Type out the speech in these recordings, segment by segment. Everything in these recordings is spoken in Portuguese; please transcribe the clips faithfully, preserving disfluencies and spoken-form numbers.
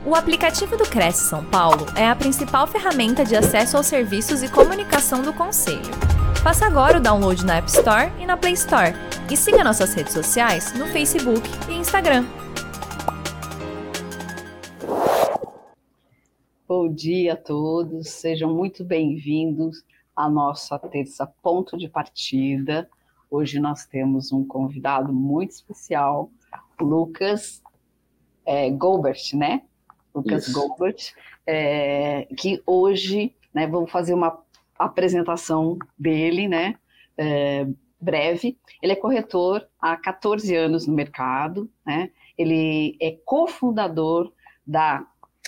O aplicativo do Cresce São Paulo é a principal ferramenta de acesso aos serviços e comunicação do Conselho. Faça agora o download na App Store e na Play Store. E siga nossas redes sociais no Facebook e Instagram. Bom dia a todos, sejam muito bem-vindos à nossa terça ponto de partida. Hoje nós temos um convidado muito especial, Lucas é, Goldbert, né? Lucas Isso. Goldbert, é, que hoje, né, vamos fazer uma apresentação dele, né, é, breve. Ele é corretor há catorze anos no mercado, né? Ele é cofundador da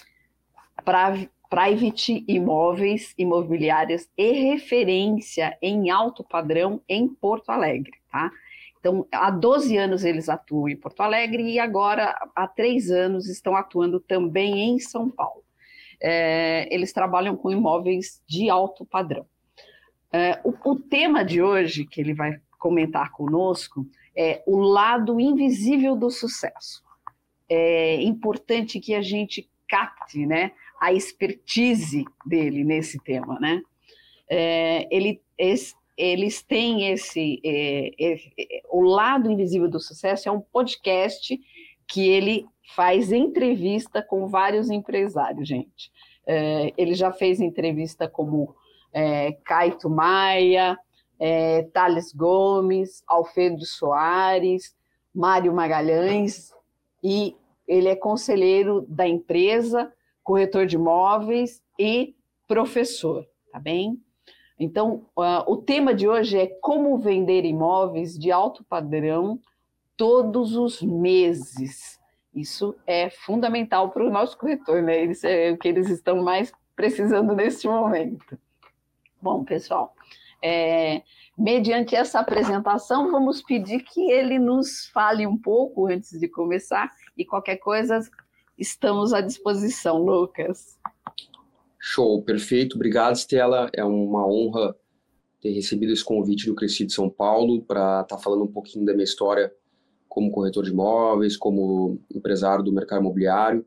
Private Imóveis Imobiliárias e referência em alto padrão em Porto Alegre, tá? Então, há doze anos eles atuam em Porto Alegre e agora, há três anos, estão atuando também em São Paulo. É, eles trabalham com imóveis de alto padrão. É, o, o tema de hoje, que ele vai comentar conosco, é o lado invisível do sucesso. É importante que a gente capte, né, a expertise dele nesse tema, né? É, ele, esse, eles têm esse... É, é, é, o Lado Invisível do Sucesso é um podcast que ele faz entrevista com vários empresários, gente. É, ele já fez entrevista como é, Caito Maia, é, Thales Gomes, Alfredo Soares, Mário Magalhães, e ele é conselheiro da empresa, corretor de imóveis e professor, tá bem? Então, uh, o tema de hoje é como vender imóveis de alto padrão todos os meses. Isso é fundamental para o nosso corretor, né? Isso é o que eles estão mais precisando neste momento. Bom, pessoal, é, mediante essa apresentação, vamos pedir que ele nos fale um pouco antes de começar e qualquer coisa, estamos à disposição, Lucas. Show, perfeito. Obrigado, Estela. É uma honra ter recebido esse convite do Cresci de São Paulo para estar tá falando um pouquinho da minha história como corretor de imóveis, como empresário do mercado imobiliário.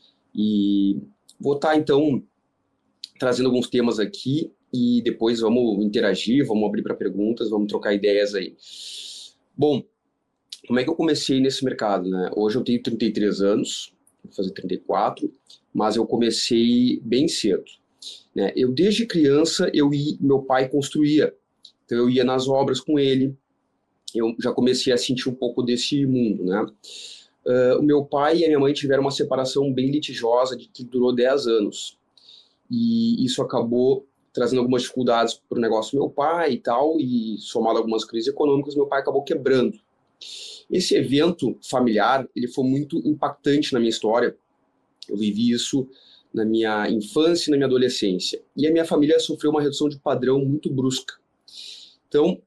E vou estar, tá, então, trazendo alguns temas aqui e depois vamos interagir, vamos abrir para perguntas, vamos trocar ideias aí. Bom, como é que eu comecei nesse mercado, né? Hoje eu tenho trinta e três anos, vou fazer trinta e quatro, mas eu comecei bem cedo, né? Eu, desde criança, eu ia, meu pai construía, então eu ia nas obras com ele, eu já comecei a sentir um pouco desse mundo, né? Uh, o meu pai e a minha mãe tiveram uma separação bem litigiosa, de, que durou dez anos, e isso acabou trazendo algumas dificuldades para o negócio do meu pai e tal, e somado a algumas crises econômicas, meu pai acabou quebrando. Esse evento familiar, ele foi muito impactante na minha história. Eu vivi isso na minha infância e na minha adolescência. E a minha família sofreu uma redução de padrão muito brusca. Então,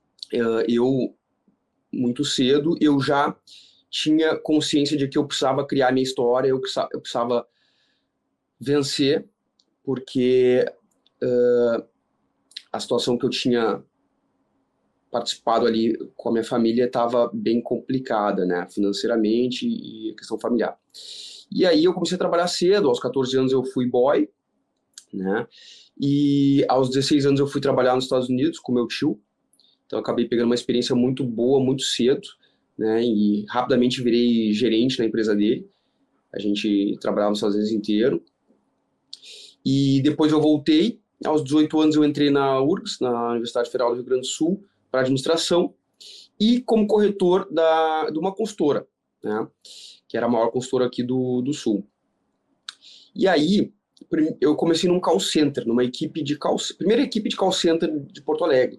eu, muito cedo, eu já tinha consciência de que eu precisava criar minha história, eu precisava, eu precisava vencer, porque uh, a situação que eu tinha participado ali com a minha família estava bem complicada, né, financeiramente e questão familiar. E aí eu comecei a trabalhar cedo, aos catorze anos eu fui boy, né, e aos dezesseis anos eu fui trabalhar nos Estados Unidos com meu tio, então eu acabei pegando uma experiência muito boa, muito cedo, né, e rapidamente virei gerente na empresa dele, a gente trabalhava nos Estados Unidos inteiro, e depois eu voltei, aos dezoito anos eu entrei na U R G S, na Universidade Federal do Rio Grande do Sul, para administração, e como corretor da, de uma consultora, né, que era a maior consultora aqui do, do Sul. E aí, eu comecei num call center, numa equipe de call, primeira equipe de call center de Porto Alegre.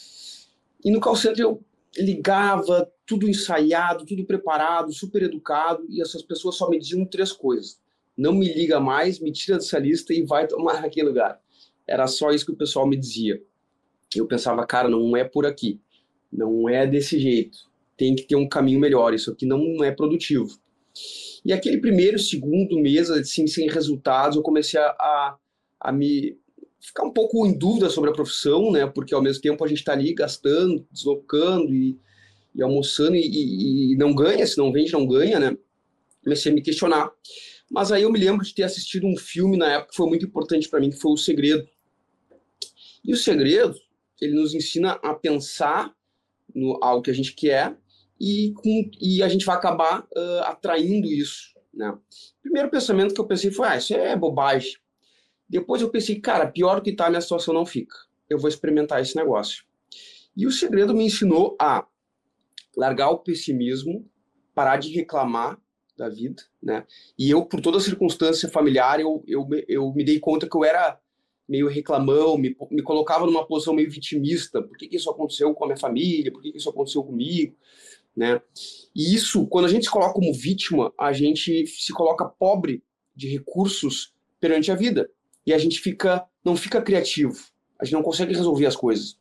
E no call center eu ligava, tudo ensaiado, tudo preparado, super educado, e essas pessoas só me diziam três coisas. Não me liga mais, me tira dessa lista e vai tomar naquele lugar. Era só isso que o pessoal me dizia. Eu pensava, cara, não é por aqui, não é desse jeito, tem que ter um caminho melhor, isso aqui não é produtivo. E aquele primeiro, segundo mês, assim, sem resultados, eu comecei a, a, a me ficar um pouco em dúvida sobre a profissão, né, porque ao mesmo tempo a gente está ali gastando, deslocando e, e almoçando e, e, e não ganha, se não vende, não ganha, né, comecei a me questionar. Mas aí eu me lembro de ter assistido um filme na época que foi muito importante para mim, que foi O Segredo. E O Segredo, ele nos ensina a pensar no algo que a gente quer e, com, e a gente vai acabar uh, atraindo isso, né? O primeiro pensamento que eu pensei foi, ah, isso é bobagem. Depois eu pensei, cara, pior que tá, a minha situação não fica. Eu vou experimentar esse negócio. E O Segredo me ensinou a largar o pessimismo, parar de reclamar da vida, né? E eu, por toda a circunstância familiar, eu, eu, eu me dei conta que eu era meio reclamão, me, me colocava numa posição meio vitimista. Por que, que isso aconteceu com a minha família? Por que, que isso aconteceu comigo? Né? E isso, quando a gente se coloca como vítima, a gente se coloca pobre de recursos perante a vida. E a gente fica, não fica criativo. A gente não consegue resolver as coisas.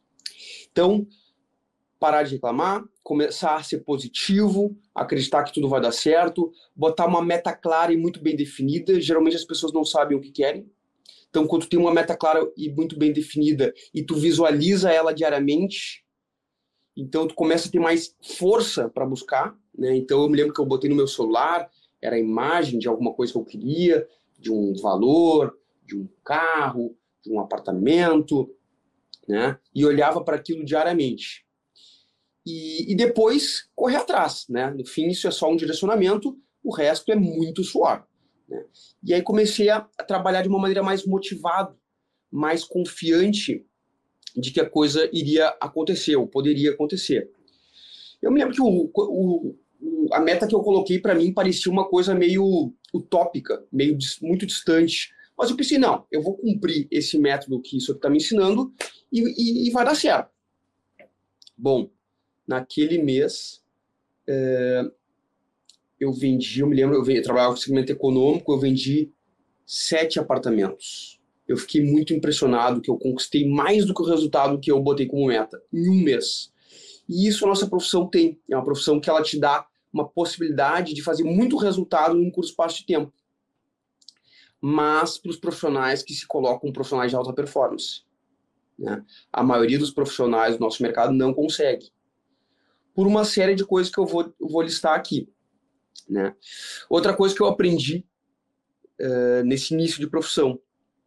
Então, parar de reclamar, começar a ser positivo, acreditar que tudo vai dar certo, botar uma meta clara e muito bem definida. Geralmente as pessoas não sabem o que querem. Então, quando tu tem uma meta clara e muito bem definida e tu visualiza ela diariamente, então tu começa a ter mais força para buscar, né? Então, eu me lembro que eu botei no meu celular, era a imagem de alguma coisa que eu queria, de um valor, de um carro, de um apartamento, né? E olhava para aquilo diariamente. E, e depois correr atrás, né? No fim, isso é só um direcionamento, o resto é muito suor. Né? E aí comecei a, a trabalhar de uma maneira mais motivada, mais confiante de que a coisa iria acontecer, ou poderia acontecer. Eu me lembro que o, o, o, a meta que eu coloquei para mim parecia uma coisa meio utópica, meio muito distante. Mas eu pensei, não, eu vou cumprir esse método que isso está me ensinando e, e, e vai dar certo. Bom, naquele mês... É, eu vendi, eu me lembro, eu, vendi, eu trabalhava com segmento econômico, eu vendi sete apartamentos. Eu fiquei muito impressionado que eu conquistei mais do que o resultado que eu botei como meta, em um mês. E isso a nossa profissão tem. É uma profissão que ela te dá uma possibilidade de fazer muito resultado em um curto espaço de tempo. Mas para os profissionais que se colocam profissionais de alta performance. Né? A maioria dos profissionais do nosso mercado não consegue. Por uma série de coisas que eu vou, eu vou listar aqui. Né? Outra coisa que eu aprendi uh, nesse início de profissão,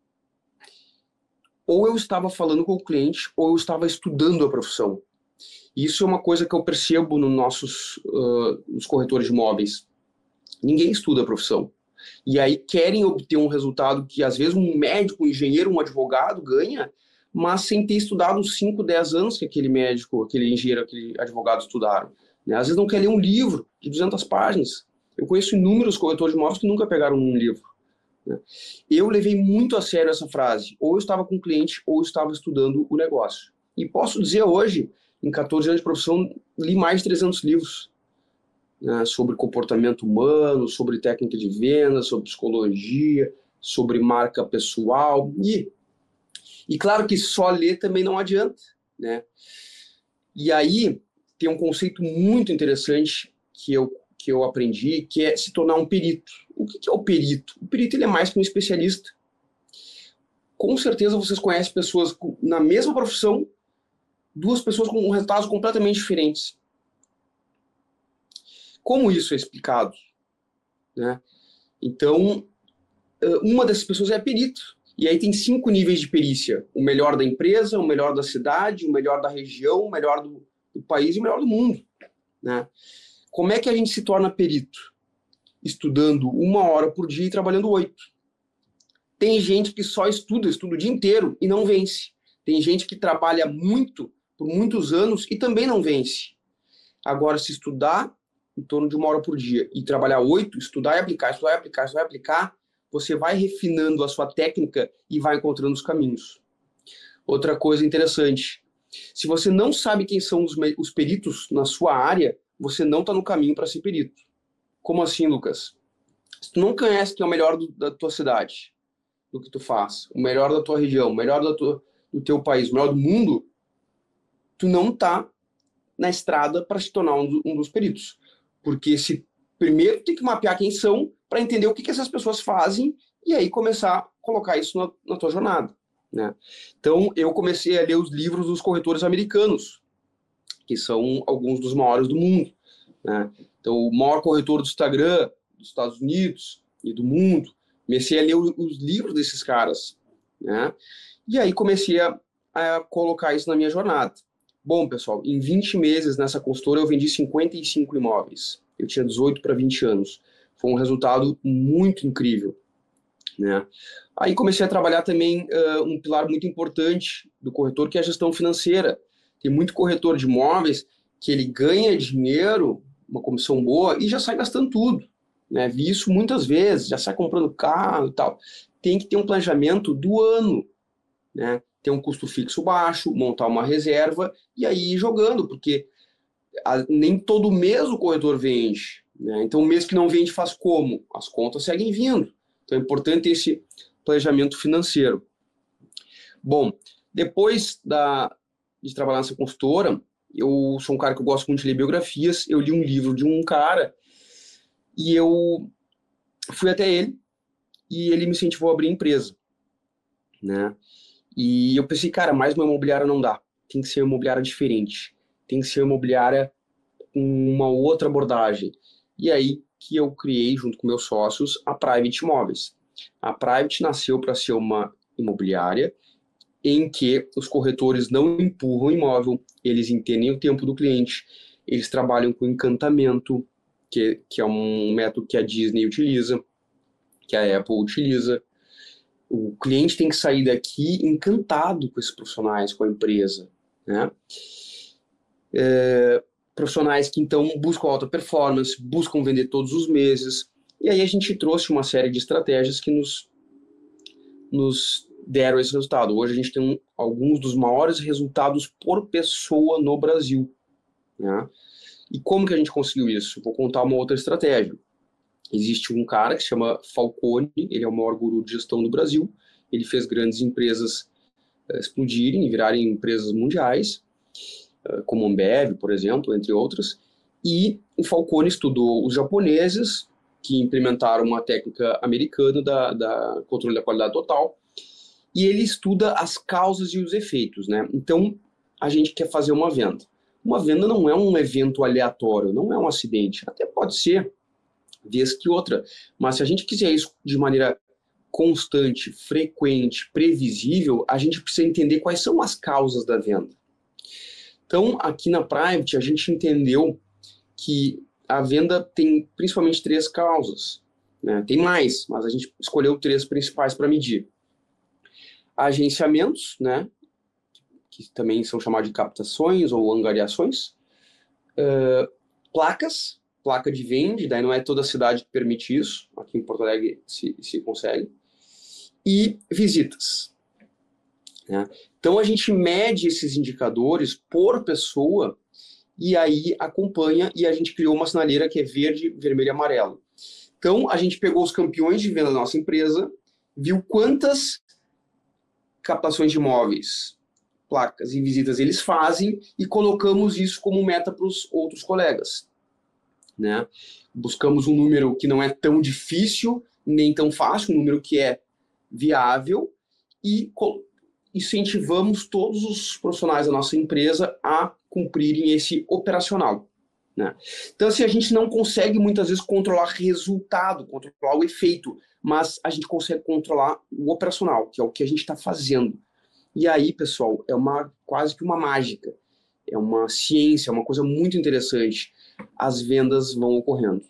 ou eu estava falando com o cliente, ou eu estava estudando a profissão. Isso é uma coisa que eu percebo nos nossos uh, nos corretores de imóveis. Ninguém estuda a profissão. E aí querem obter um resultado que às vezes um médico, um engenheiro, um advogado ganha, mas sem ter estudado os cinco, dez anos que aquele médico, aquele engenheiro, aquele advogado estudaram. Né? Às vezes não quer ler um livro de duzentas páginas. Eu conheço inúmeros corretores de imóveis que nunca pegaram um livro. Né? Eu levei muito a sério essa frase. Ou eu estava com o cliente, ou eu estava estudando o negócio. E posso dizer hoje, em quatorze anos de profissão, li mais de trezentos livros. Né? Sobre comportamento humano, sobre técnica de venda, sobre psicologia, sobre marca pessoal. E, e claro que só ler também não adianta. Né? E aí tem um conceito muito interessante que eu que eu aprendi, que é se tornar um perito. O que é o perito? O perito ele é mais que um especialista. Com certeza vocês conhecem pessoas na mesma profissão, duas pessoas com resultados completamente diferentes. Como isso é explicado? Né? Então, uma dessas pessoas é perito. E aí tem cinco níveis de perícia. O melhor da empresa, o melhor da cidade, o melhor da região, o melhor do, do país e o melhor do mundo. Né? Como é que a gente se torna perito? Estudando uma hora por dia e trabalhando oito. Tem gente que só estuda, estuda o dia inteiro e não vence. Tem gente que trabalha muito, por muitos anos e também não vence. Agora, se estudar em torno de uma hora por dia e trabalhar oito, estudar e aplicar, estudar e aplicar, estudar e aplicar, você vai refinando a sua técnica e vai encontrando os caminhos. Outra coisa interessante, se você não sabe quem são os, os peritos na sua área, você não está no caminho para ser perito. Como assim, Lucas? Se tu não conhece quem é o melhor do, da tua cidade, do que tu faz, o melhor da tua região, o melhor da tua, do teu país, o melhor do mundo, tu não está na estrada para se tornar um, um dos peritos. Porque se primeiro tem que mapear quem são para entender o que, que essas pessoas fazem e aí começar a colocar isso na, na tua jornada. Né? Então, eu comecei a ler os livros dos corretores americanos, que são alguns dos maiores do mundo. Né? Então, o maior corretor do Instagram, dos Estados Unidos, e do mundo. Comecei a ler os, os livros desses caras, né? E aí comecei a, a colocar isso na minha jornada. Bom, pessoal, em vinte meses nessa consultora eu vendi cinquenta e cinco imóveis. Eu tinha dezoito para vinte anos. Foi um resultado muito incrível, né? Aí comecei a trabalhar também uh, um pilar muito importante do corretor, que é a gestão financeira. Tem muito corretor de imóveis que ele ganha dinheiro, uma comissão boa, e já sai gastando tudo, né? Vi isso muitas vezes, já sai comprando carro e tal. Tem que ter um planejamento do ano, né? Ter um custo fixo baixo, montar uma reserva e aí ir jogando, porque a, nem todo mês o corretor vende, né? Então o mês que não vende faz como? As contas seguem vindo. Então é importante esse planejamento financeiro. Bom, depois da, de trabalhar nessa consultora, eu sou um cara que eu gosto muito de ler biografias, eu li um livro de um cara e eu fui até ele e ele me incentivou a abrir empresa, né? E eu pensei, cara, mais uma imobiliária não dá. Tem que ser uma imobiliária diferente. Tem que ser uma imobiliária com uma outra abordagem. E aí que eu criei, junto com meus sócios, a Private Imóveis. A Private nasceu para ser uma imobiliária em que os corretores não empurram o imóvel, eles entendem o tempo do cliente, eles trabalham com encantamento, que, que é um método que a Disney utiliza, que a Apple utiliza. O cliente tem que sair daqui encantado com esses profissionais, com a empresa, né? É, profissionais que, então, buscam alta performance, buscam vender todos os meses. E aí a gente trouxe uma série de estratégias que nos, nos deram esse resultado. Hoje a gente tem um, alguns dos maiores resultados por pessoa no Brasil, né? E como que a gente conseguiu isso? Vou contar uma outra estratégia. Existe um cara que se chama Falcone, ele é o maior guru de gestão do Brasil, ele fez grandes empresas uh, explodirem e virarem empresas mundiais, uh, como a Ambev, por exemplo, entre outras, e o Falcone estudou os japoneses, que implementaram uma técnica americana da, da controle da qualidade total, e ele estuda as causas e os efeitos, né? Então, a gente quer fazer uma venda. Uma venda não é um evento aleatório, não é um acidente, até pode ser, vez que outra. Mas se a gente quiser isso de maneira constante, frequente, previsível, a gente precisa entender quais são as causas da venda. Então, aqui na Private, a gente entendeu que a venda tem principalmente três causas, né? Tem mais, mas a gente escolheu três principais para medir. Agenciamentos, né? Que também são chamados de captações ou angariações. Uh, placas, placa de vende, daí não é toda a cidade que permite isso, aqui em Porto Alegre se, se consegue, e visitas, né? Então a gente mede esses indicadores por pessoa e aí acompanha, e a gente criou uma sinaleira que é verde, vermelho e amarelo. Então a gente pegou os campeões de venda da nossa empresa, viu quantas captações de imóveis, placas e visitas eles fazem e colocamos isso como meta para os outros colegas, né? Buscamos um número que não é tão difícil, nem tão fácil, um número que é viável e incentivamos todos os profissionais da nossa empresa a cumprirem esse operacional, né? Então, assim, a gente não consegue muitas vezes controlar resultado, controlar o efeito, mas a gente consegue controlar o operacional, que é o que a gente está fazendo. E aí, pessoal, é uma, quase que uma mágica, é uma ciência, é uma coisa muito interessante. As vendas vão ocorrendo,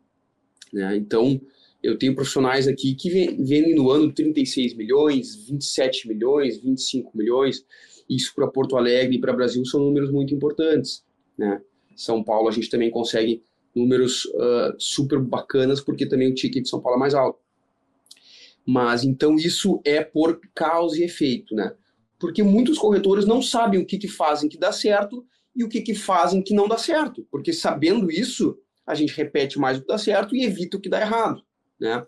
né? Então, eu tenho profissionais aqui que vendem no ano trinta e seis milhões, vinte e sete milhões, vinte e cinco milhões. Isso para Porto Alegre e para Brasil são números muito importantes, né? São Paulo a gente também consegue números uh, super bacanas, porque também o ticket de São Paulo é mais alto. Mas, então, isso é por causa e efeito, né? Porque muitos corretores não sabem o que, que fazem que dá certo e o que, que fazem que não dá certo. Porque sabendo isso, a gente repete mais o que dá certo e evita o que dá errado, né?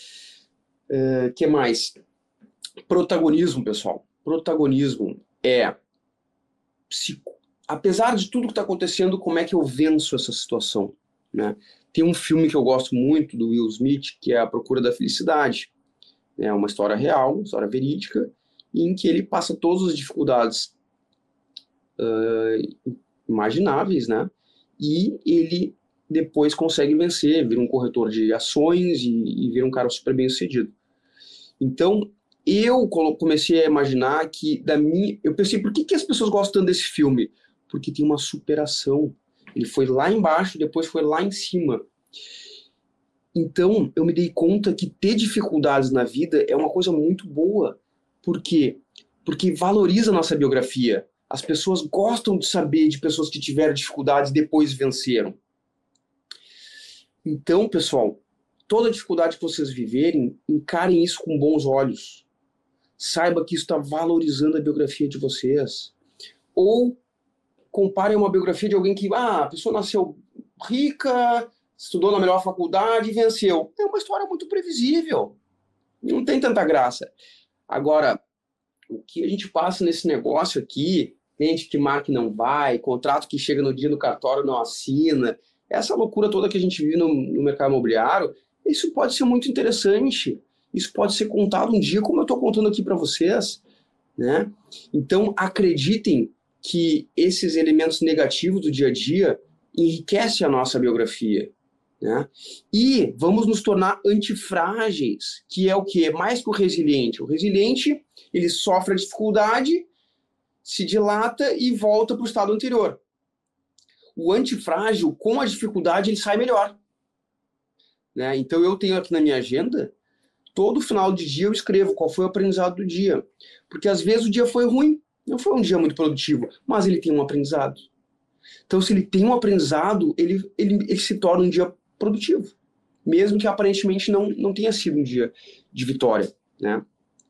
Uh, que mais? Protagonismo, pessoal. Protagonismo é, se, apesar de tudo que está acontecendo, como é que eu venço essa situação, né? Tem um filme que eu gosto muito, do Will Smith, que é A Procura da Felicidade. É uma história real, uma história verídica, em que ele passa todas as dificuldades uh, imagináveis, né? E ele depois consegue vencer, vira um corretor de ações e, e vira um cara super bem sucedido. Então, eu comecei a imaginar que da minha... Eu pensei, por que, que as pessoas gostam tanto desse filme? Porque tem uma superação. Ele foi lá embaixo, depois foi lá em cima. Então, eu me dei conta que ter dificuldades na vida é uma coisa muito boa. Por quê? Porque valoriza a nossa biografia. As pessoas gostam de saber de pessoas que tiveram dificuldades e depois venceram. Então, pessoal, toda dificuldade que vocês viverem, encarem isso com bons olhos. Saiba que isso está valorizando a biografia de vocês. Ou comparem uma biografia de alguém que, ah, a pessoa nasceu rica, estudou na melhor faculdade e venceu. É uma história muito previsível. Não tem tanta graça. Agora, o que a gente passa nesse negócio aqui, gente que marca e não vai, contrato que chega no dia do cartório não assina, essa loucura toda que a gente vive no, no mercado imobiliário, isso pode ser muito interessante. Isso pode ser contado um dia, como eu estou contando aqui para vocês, né? Então, acreditem que esses elementos negativos do dia a dia enriquecem a nossa biografia, né? E vamos nos tornar antifrágeis, que é o quê? Mais que o resiliente. O resiliente, ele sofre a dificuldade, se dilata e volta para o estado anterior. O antifrágil, com a dificuldade, ele sai melhor, né? Então, eu tenho aqui na minha agenda, todo final de dia eu escrevo qual foi o aprendizado do dia. Porque, às vezes, o dia foi ruim, não foi um dia muito produtivo, mas ele tem um aprendizado. Então, se ele tem um aprendizado, ele, ele, ele se torna um dia produtivo, mesmo que aparentemente não, não tenha sido um dia de vitória, né?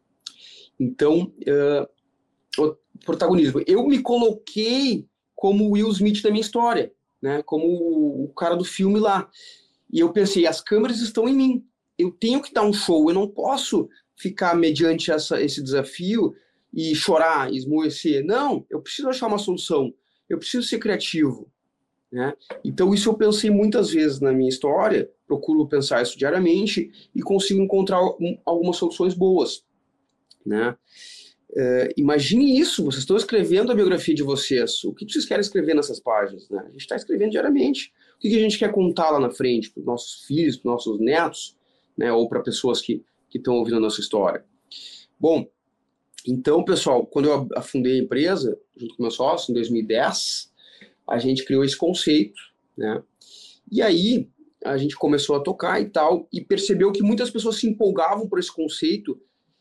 Então, uh, o protagonismo. Eu me coloquei como o Will Smith da minha história, né? Como o, o cara do filme lá. E eu pensei, as câmeras estão em mim. Eu tenho que dar um show, eu não posso ficar mediante essa, esse desafio e chorar, esmoecer. Não, eu preciso achar uma solução. Eu preciso ser criativo, né? Então, isso eu pensei muitas vezes na minha história, procuro pensar isso diariamente e consigo encontrar um, algumas soluções boas, né? É, imagine isso, vocês estão escrevendo a biografia de vocês. O que vocês querem escrever nessas páginas, né? A gente está escrevendo diariamente. O que a gente quer contar lá na frente para os nossos filhos, para os nossos netos, né? Ou para pessoas que estão ouvindo a nossa história. Bom, então, pessoal, quando eu afundei a empresa, junto com meu sócio, em dois mil e dez, a gente criou esse conceito, né? E aí, a gente começou a tocar e tal, e percebeu que muitas pessoas se empolgavam por esse conceito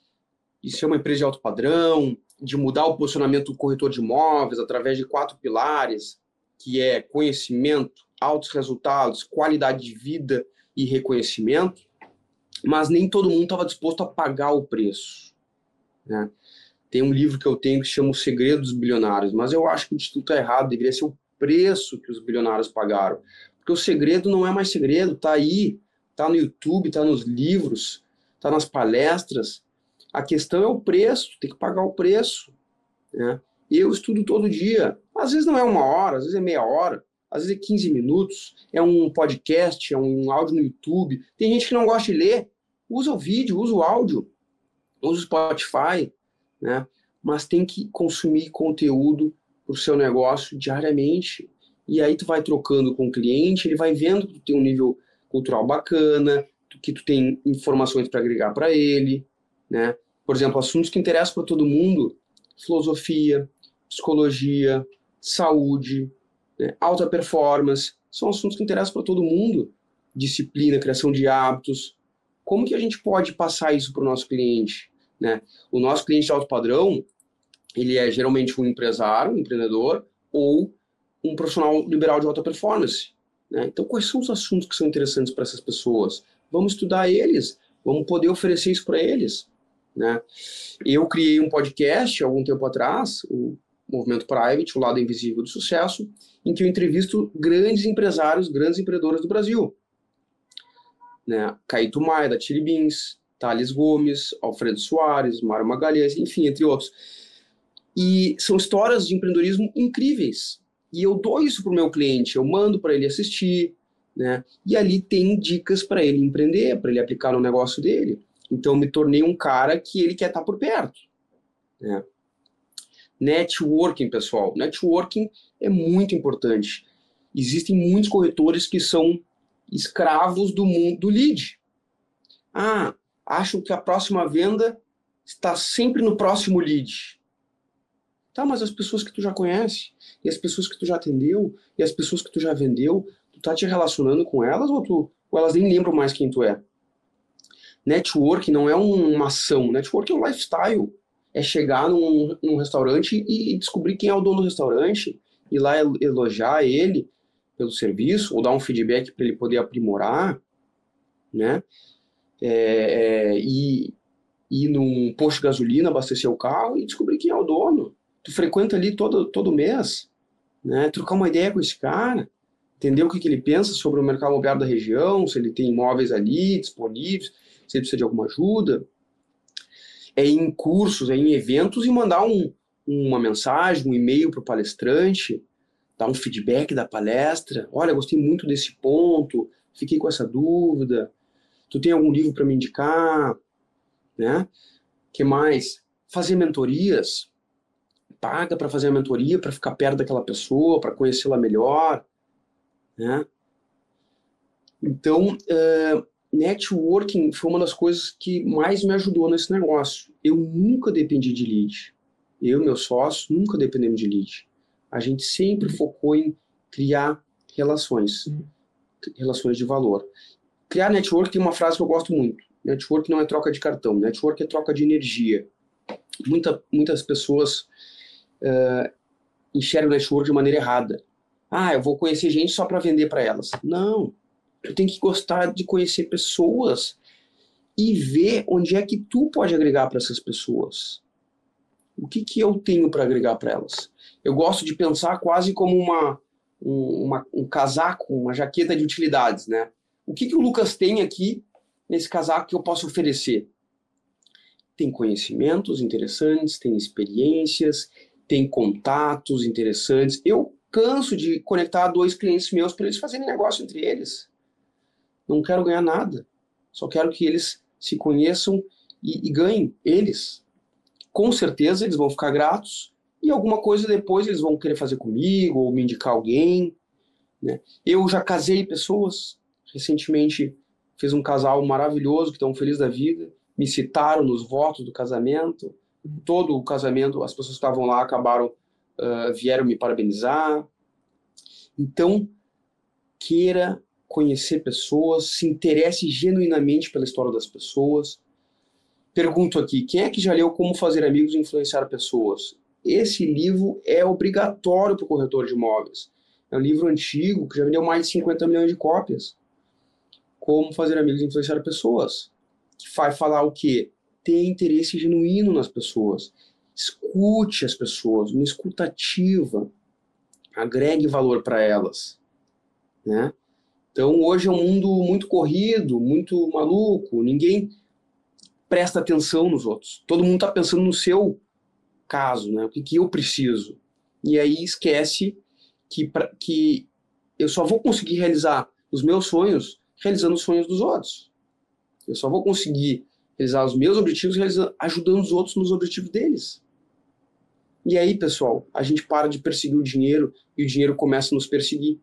de ser uma empresa de alto padrão, de mudar o posicionamento do corretor de imóveis através de quatro pilares, que é conhecimento, altos resultados, qualidade de vida e reconhecimento, mas nem todo mundo estava disposto a pagar o preço, né? Tem um livro que eu tenho que chama O Segredo dos Bilionários, mas eu acho que o título está errado, deveria ser o preço que os bilionários pagaram. Porque o segredo não é mais segredo, está aí, está no YouTube, está nos livros, está nas palestras. A questão é o preço, tem que pagar o preço, né? Eu estudo todo dia, às vezes não é uma hora, às vezes é meia hora, às vezes é quinze minutos, é um podcast, é um áudio no YouTube. Tem gente que não gosta de ler, usa o vídeo, usa o áudio, usa o Spotify, né? Mas tem que consumir conteúdo para o seu negócio diariamente. E aí tu vai trocando com o cliente, ele vai vendo que tu tem um nível cultural bacana, que tu tem informações para agregar para ele, né? Por exemplo, assuntos que interessam para todo mundo: filosofia, psicologia, saúde, né? Alta performance, são assuntos que interessam para todo mundo. Disciplina, criação de hábitos. Como que a gente pode passar isso para o nosso cliente, né? O nosso cliente de alto padrão, ele é geralmente um empresário, um empreendedor, ou um profissional liberal de alta performance, né? Então, quais são os assuntos que são interessantes para essas pessoas? Vamos estudar eles, vamos poder oferecer isso para eles, né? Eu criei um podcast há algum tempo atrás, o Movimento Private, o Lado Invisível do Sucesso, em que eu entrevisto grandes empresários, grandes empreendedores do Brasil, né? Caíto Maia, da Chili Beans, Thales Gomes, Alfredo Soares, Mário Magalhães, enfim, entre outros. E são histórias de empreendedorismo incríveis. E eu dou isso para o meu cliente, eu mando para ele assistir, né? E ali tem dicas para ele empreender, para ele aplicar no negócio dele. Então, eu me tornei um cara que ele quer estar por perto, né? Networking, pessoal. Networking é muito importante. Existem muitos corretores que são escravos do mundo do lead. Ah, acham que a próxima venda está sempre no próximo lead. Tá, mas as pessoas que tu já conhece, e as pessoas que tu já atendeu, e as pessoas que tu já vendeu, tu tá te relacionando com elas ou, tu, ou elas nem lembram mais quem tu é? Network não é um, uma ação, network é um lifestyle. É chegar num, num restaurante e, e descobrir quem é o dono do restaurante, ir lá elogiar ele pelo serviço, ou dar um feedback para ele poder aprimorar, né? É, é, e ir num posto de gasolina, abastecer o carro e descobrir quem é o dono. Tu frequenta ali todo, todo mês, né? Trocar uma ideia com esse cara, entender o que, que ele pensa sobre o mercado imobiliário da região, se ele tem imóveis ali disponíveis, se ele precisa de alguma ajuda. É ir em cursos, é ir em eventos e mandar um, uma mensagem, um e-mail para o palestrante, dar um feedback da palestra. Olha, gostei muito desse ponto, fiquei com essa dúvida. Tu tem algum livro para me indicar? Né? Que mais? Fazer mentorias. Paga para fazer a mentoria, para ficar perto daquela pessoa, para conhecê-la melhor. Né? Então, uh, networking foi uma das coisas que mais me ajudou nesse negócio. Eu nunca dependi de lead. Eu e meu sócio nunca dependemos de lead. A gente sempre focou em criar relações. Relações de valor. Criar network tem uma frase que eu gosto muito. Network não é troca de cartão. Network é troca de energia. Muita, muitas pessoas uh, enxergam o network de maneira errada. Ah, eu vou conhecer gente só para vender para elas. Não. Tu tem que gostar de conhecer pessoas e ver onde é que tu pode agregar para essas pessoas. O que, que eu tenho para agregar para elas? Eu gosto de pensar quase como uma, um, uma, um casaco, uma jaqueta de utilidades, né? O que, que o Lucas tem aqui nesse casaco que eu posso oferecer? Tem conhecimentos interessantes, tem experiências, tem contatos interessantes. Eu canso de conectar dois clientes meus para eles fazerem negócio entre eles. Não quero ganhar nada. Só quero que eles se conheçam e, e ganhem eles. Com certeza eles vão ficar gratos e alguma coisa depois eles vão querer fazer comigo ou me indicar alguém. Né? Eu já casei pessoas. Recentemente fiz um casal maravilhoso que estão felizes da vida. Me citaram nos votos do casamento. Todo o casamento, as pessoas que estavam lá acabaram, uh, vieram me parabenizar. Então, queira conhecer pessoas, se interesse genuinamente pela história das pessoas. Pergunto aqui, quem é que já leu Como Fazer Amigos e Influenciar Pessoas? Esse livro é obrigatório para o corretor de imóveis. É um livro antigo que já vendeu mais de cinquenta milhões de cópias. Como Fazer Amigos e Influenciar Pessoas. Que vai falar o quê? Ter interesse genuíno nas pessoas. Escute as pessoas, uma escuta ativa. Agregue valor para elas. Né? Então, hoje é um mundo muito corrido, muito maluco. Ninguém presta atenção nos outros. Todo mundo está pensando no seu caso, né? O que, que eu preciso. E aí esquece que, pra, que eu só vou conseguir realizar os meus sonhos realizando os sonhos dos outros. Eu só vou conseguir realizar os meus objetivos ajudando os outros nos objetivos deles. E aí, pessoal, a gente para de perseguir o dinheiro e o dinheiro começa a nos perseguir.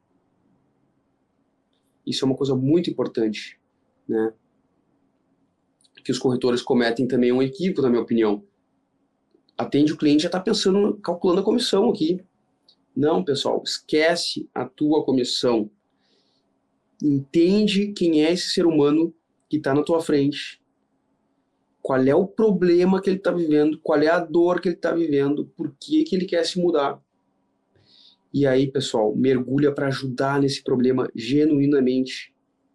Isso é uma coisa muito importante, né? Que os corretores cometem também um equívoco, na minha opinião. Atende o cliente, já está pensando, calculando a comissão aqui. Não, pessoal, esquece a tua comissão. Entende quem é esse ser humano que está na tua frente. Qual é o problema que ele está vivendo, qual é a dor que ele está vivendo, por que, que ele quer se mudar. E aí, pessoal, mergulha para ajudar nesse problema genuinamente.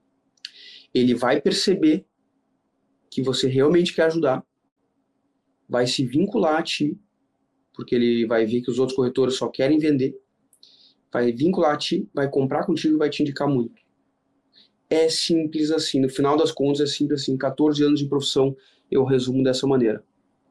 Ele vai perceber que você realmente quer ajudar, vai se vincular a ti, porque ele vai ver que os outros corretores só querem vender, vai vincular a ti, vai comprar contigo e vai te indicar muito. É simples assim, no final das contas é simples assim, quatorze anos de profissão eu resumo dessa maneira.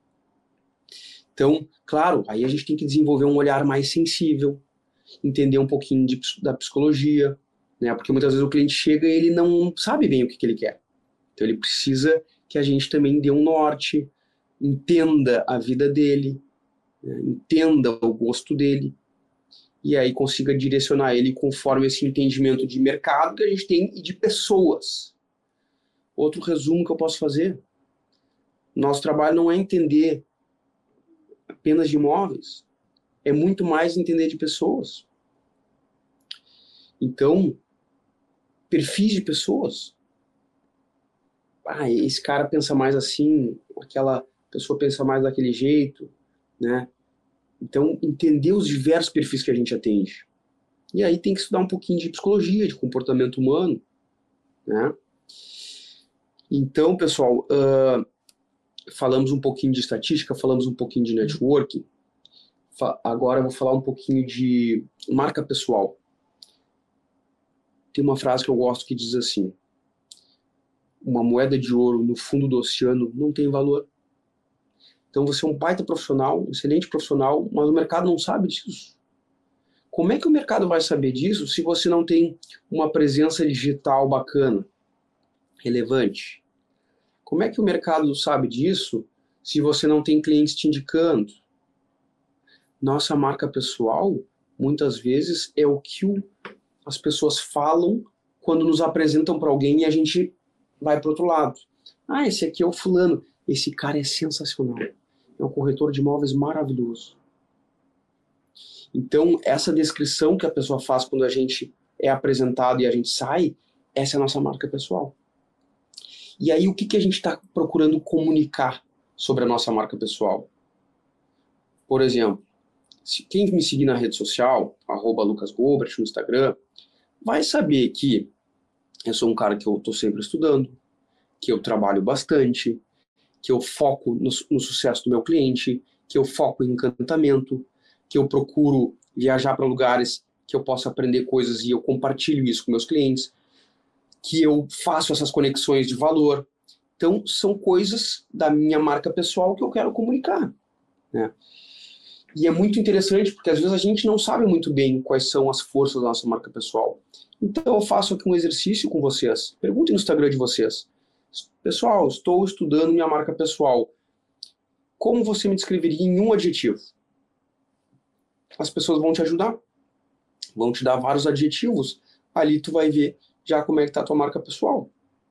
Então, claro, aí a gente tem que desenvolver um olhar mais sensível, entender um pouquinho de, da psicologia, né? Porque muitas vezes o cliente chega e ele não sabe bem o que, que ele quer. Então ele precisa que a gente também dê um norte, entenda a vida dele, né? Entenda o gosto dele. e aí consiga direcionar ele conforme esse entendimento de mercado que a gente tem e de pessoas. Outro resumo que eu posso fazer: nosso trabalho não é entender apenas de imóveis, é muito mais entender de pessoas. Então, perfis de pessoas. Ah, esse cara pensa mais assim, aquela pessoa pensa mais daquele jeito, né? Então, entender os diversos perfis que a gente atende. E aí tem que estudar um pouquinho de psicologia, de comportamento humano, né? Então, pessoal, uh, falamos um pouquinho de estatística, falamos um pouquinho de networking. Fa- agora eu vou falar um pouquinho de marca pessoal. Tem uma frase que eu gosto que diz assim: uma moeda de ouro no fundo do oceano não tem valor. Então você é um baita profissional, um excelente profissional, mas o mercado não sabe disso. Como é que o mercado vai saber disso se você não tem uma presença digital bacana, relevante? Como é que o mercado sabe disso se você não tem clientes te indicando? Nossa marca pessoal, muitas vezes, é o que o, as pessoas falam quando nos apresentam para alguém e a gente vai para o outro lado. Ah, esse aqui é o fulano. Esse cara é sensacional. É um corretor de imóveis maravilhoso. Então, essa descrição que a pessoa faz quando a gente é apresentado e a gente sai, essa é a nossa marca pessoal. E aí, o que, que a gente está procurando comunicar sobre a nossa marca pessoal? Por exemplo, se quem me seguir na rede social, arroba Lucas Gobert no Instagram, vai saber que eu sou um cara que eu estou sempre estudando, que eu trabalho bastante, que eu foco no, no sucesso do meu cliente, que eu foco em encantamento, que eu procuro viajar para lugares que eu possa aprender coisas e eu compartilho isso com meus clientes, que eu faço essas conexões de valor. Então, são coisas da minha marca pessoal que eu quero comunicar, né? E é muito interessante porque às vezes a gente não sabe muito bem quais são as forças da nossa marca pessoal. Então eu faço aqui um exercício com vocês. Perguntem no Instagram de vocês: pessoal, estou estudando minha marca pessoal. Como você me descreveria em um adjetivo? As pessoas vão te ajudar. Vão te dar vários adjetivos. Ali tu vai ver já como é que está a tua marca pessoal.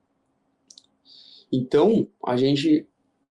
Então, a gente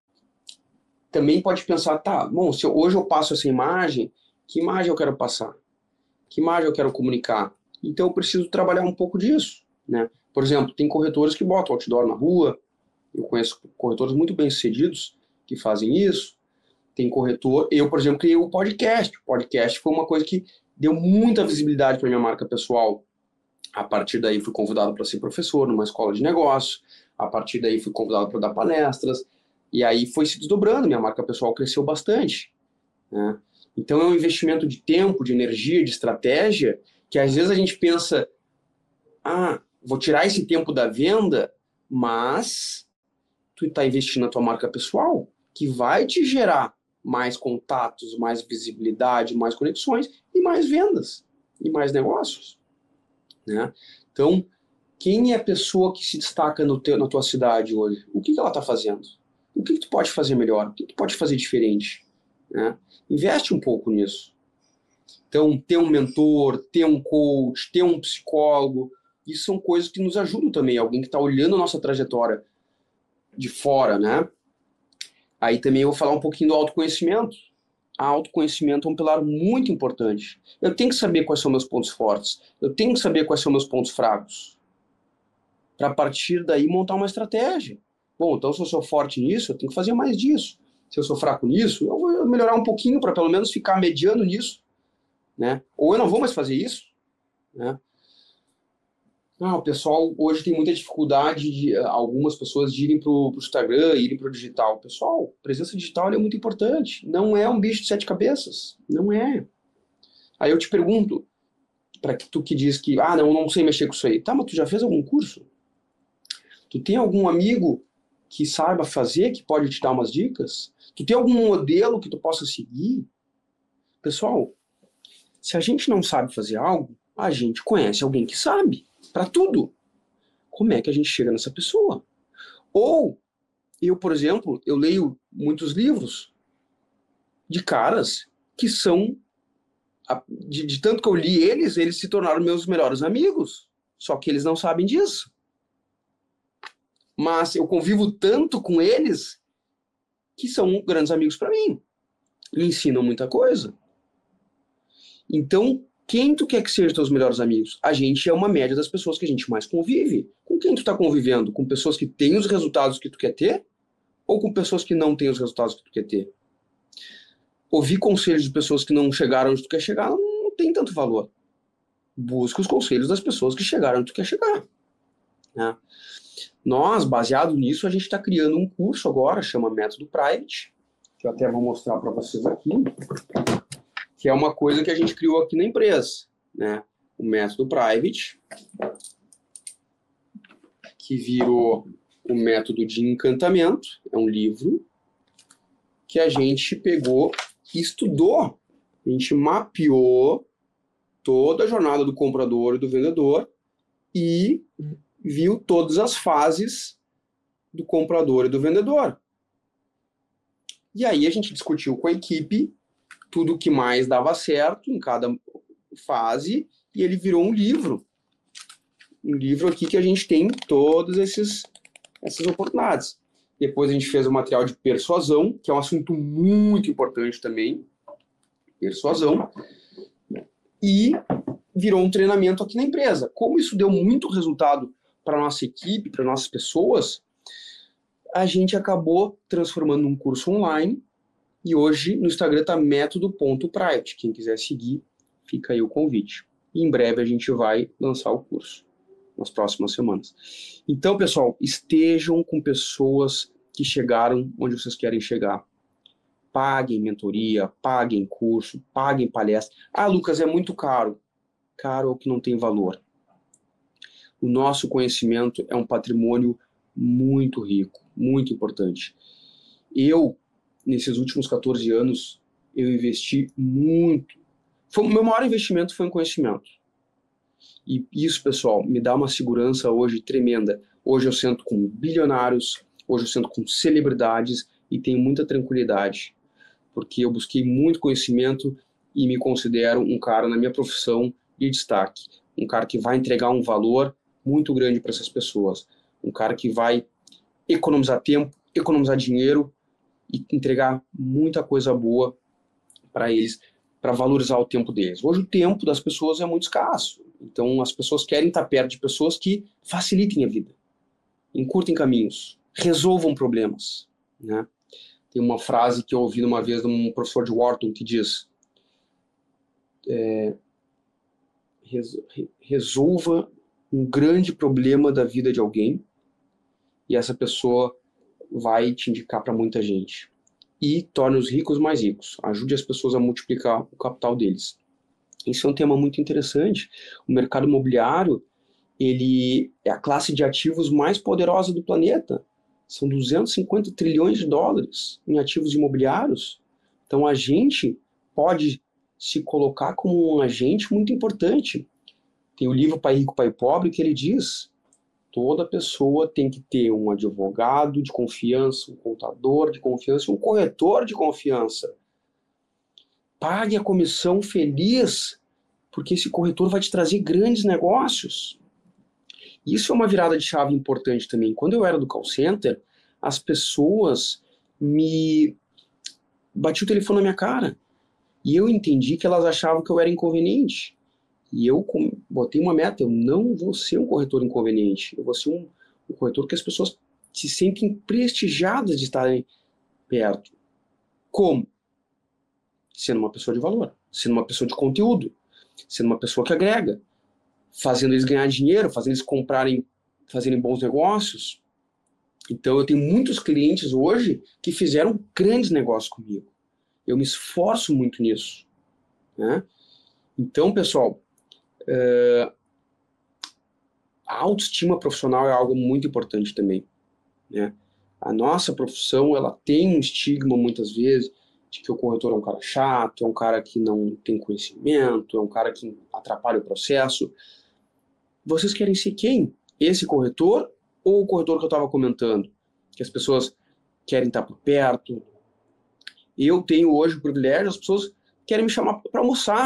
também pode pensar, tá, bom, se eu, hoje eu passo essa imagem, que imagem eu quero passar? Que imagem eu quero comunicar? Então eu preciso trabalhar um pouco disso, né? Por exemplo, tem corretores que botam outdoor na rua, eu conheço corretores muito bem-sucedidos que fazem isso. Tem corretor, eu, por exemplo, criei o podcast. O podcast foi uma coisa que deu muita visibilidade para minha marca pessoal. A partir daí fui convidado para ser professor numa escola de negócios, a partir daí fui convidado para dar palestras, e aí foi se desdobrando, minha marca pessoal cresceu bastante, né? Então é um investimento de tempo, de energia, de estratégia, que às vezes a gente pensa, ah, vou tirar esse tempo da venda, mas tu está investindo na tua marca pessoal, que vai te gerar mais contatos, mais visibilidade, mais conexões e mais vendas, e mais negócios, né? Então, quem é a pessoa que se destaca no teu, na tua cidade hoje? O que, que ela está fazendo? O que, que tu pode fazer melhor? O que, que tu pode fazer diferente? Né? Investe um pouco nisso. Então, ter um mentor, ter um coach, ter um psicólogo, isso são coisas que nos ajudam também. Alguém que está olhando a nossa trajetória de fora, né? Aí também eu vou falar um pouquinho do autoconhecimento. A autoconhecimento é um pilar muito importante. Eu tenho que saber quais são meus pontos fortes. Eu tenho que saber quais são meus pontos fracos. Para a partir daí montar uma estratégia. Bom, então se eu sou forte nisso, eu tenho que fazer mais disso. Se eu sou fraco nisso, eu vou melhorar um pouquinho para pelo menos ficar mediano nisso, né? Ou eu não vou mais fazer isso, né? Ah, o pessoal hoje tem muita dificuldade de algumas pessoas de irem para o Instagram, irem para o digital. Pessoal, presença digital é muito importante. Não é um bicho de sete cabeças. Não é. Aí eu te pergunto, para tu que diz que, ah, não, não sei mexer com isso aí. Tá, mas tu já fez algum curso? Tu tem algum amigo que saiba fazer, que pode te dar umas dicas? Tu tem algum modelo que tu possa seguir? Pessoal, se a gente não sabe fazer algo, a gente conhece alguém que sabe. Para tudo. Como é que a gente chega nessa pessoa? Ou, eu, por exemplo, eu leio muitos livros de caras que são de, de tanto que eu li eles, eles se tornaram meus melhores amigos. Só que eles não sabem disso. Mas eu convivo tanto com eles que são grandes amigos para mim. Me ensinam muita coisa. Então, quem tu quer que sejam teus melhores amigos? A gente é uma média das pessoas que a gente mais convive. Com quem tu tá convivendo? Com pessoas que têm os resultados que tu quer ter? Ou com pessoas que não têm os resultados que tu quer ter? Ouvir conselhos de pessoas que não chegaram onde tu quer chegar não, não tem tanto valor. Busca os conselhos das pessoas que chegaram onde tu quer chegar. Né? Nós, baseado nisso, a gente está criando um curso agora, chama Método Private, que eu até vou mostrar para vocês aqui, que é uma coisa que a gente criou aqui na empresa. Né? O Método Private, que virou o Método de Encantamento, é um livro que a gente pegou e estudou. A gente mapeou toda a jornada do comprador e do vendedor e viu todas as fases do comprador e do vendedor. E aí a gente discutiu com a equipe tudo o que mais dava certo em cada fase e ele virou um livro. Um livro aqui que a gente tem todas esses, essas oportunidades. Depois a gente fez o material de persuasão, que é um assunto muito importante também. Persuasão. E virou um treinamento aqui na empresa. Como isso deu muito resultado para a nossa equipe, para nossas pessoas, a gente acabou transformando num curso online e hoje no Instagram está método ponto private. Quem quiser seguir, fica aí o convite. E em breve a gente vai lançar o curso, nas próximas semanas. Então, pessoal, estejam com pessoas que chegaram onde vocês querem chegar. Paguem mentoria, paguem curso, paguem palestra. Ah, Lucas, é muito caro. Caro é o que não tem valor. O nosso conhecimento é um patrimônio muito rico, muito importante. Eu, nesses últimos quatorze anos, eu investi muito. Foi, o meu maior investimento foi em conhecimento. E isso, pessoal, me dá uma segurança hoje tremenda. Hoje eu sento com bilionários, hoje eu sento com celebridades e tenho muita tranquilidade, porque eu busquei muito conhecimento e me considero um cara na minha profissão de destaque. Um cara que vai entregar um valor muito grande para essas pessoas. Um cara que vai economizar tempo, economizar dinheiro e entregar muita coisa boa para eles, para valorizar o tempo deles. Hoje o tempo das pessoas é muito escasso. Então as pessoas querem estar perto de pessoas que facilitem a vida, encurtem caminhos, resolvam problemas. Né? Tem uma frase que eu ouvi uma vez de um professor de Wharton que diz: é, resolva um grande problema da vida de alguém e essa pessoa vai te indicar para muita gente. E torne os ricos mais ricos. Ajude as pessoas a multiplicar o capital deles. Isso é um tema muito interessante. O mercado imobiliário, ele é a classe de ativos mais poderosa do planeta. São duzentos e cinquenta trilhões de dólares em ativos imobiliários. Então a gente pode se colocar como um agente muito importante. Tem o livro Pai Rico, Pai Pobre, que ele diz: toda pessoa tem que ter um advogado de confiança, um contador de confiança, um corretor de confiança. Pague a comissão feliz, porque esse corretor vai te trazer grandes negócios. Isso é uma virada de chave importante também. Quando eu era do call center, as pessoas me batiam o telefone na minha cara. E eu entendi que elas achavam que eu era inconveniente. E eu botei uma meta: eu não vou ser um corretor inconveniente. Eu vou ser um, um corretor que as pessoas se sentem prestigiadas de estarem perto. Como? Sendo uma pessoa de valor, sendo uma pessoa de conteúdo, sendo uma pessoa que agrega, fazendo eles ganhar dinheiro, fazendo eles comprarem, fazerem bons negócios. Então eu tenho muitos clientes hoje que fizeram grandes negócios comigo. Eu me esforço muito nisso. Né? Então, pessoal, é, a autoestima profissional é algo muito importante também. Né? A nossa profissão, ela tem um estigma muitas vezes de que o corretor é um cara chato, é um cara que não tem conhecimento, é um cara que atrapalha o processo. Vocês querem ser quem? Esse corretor ou o corretor que eu estava comentando? Que as pessoas querem estar por perto. Eu tenho hoje o privilégio, as pessoas querem me chamar para almoçar.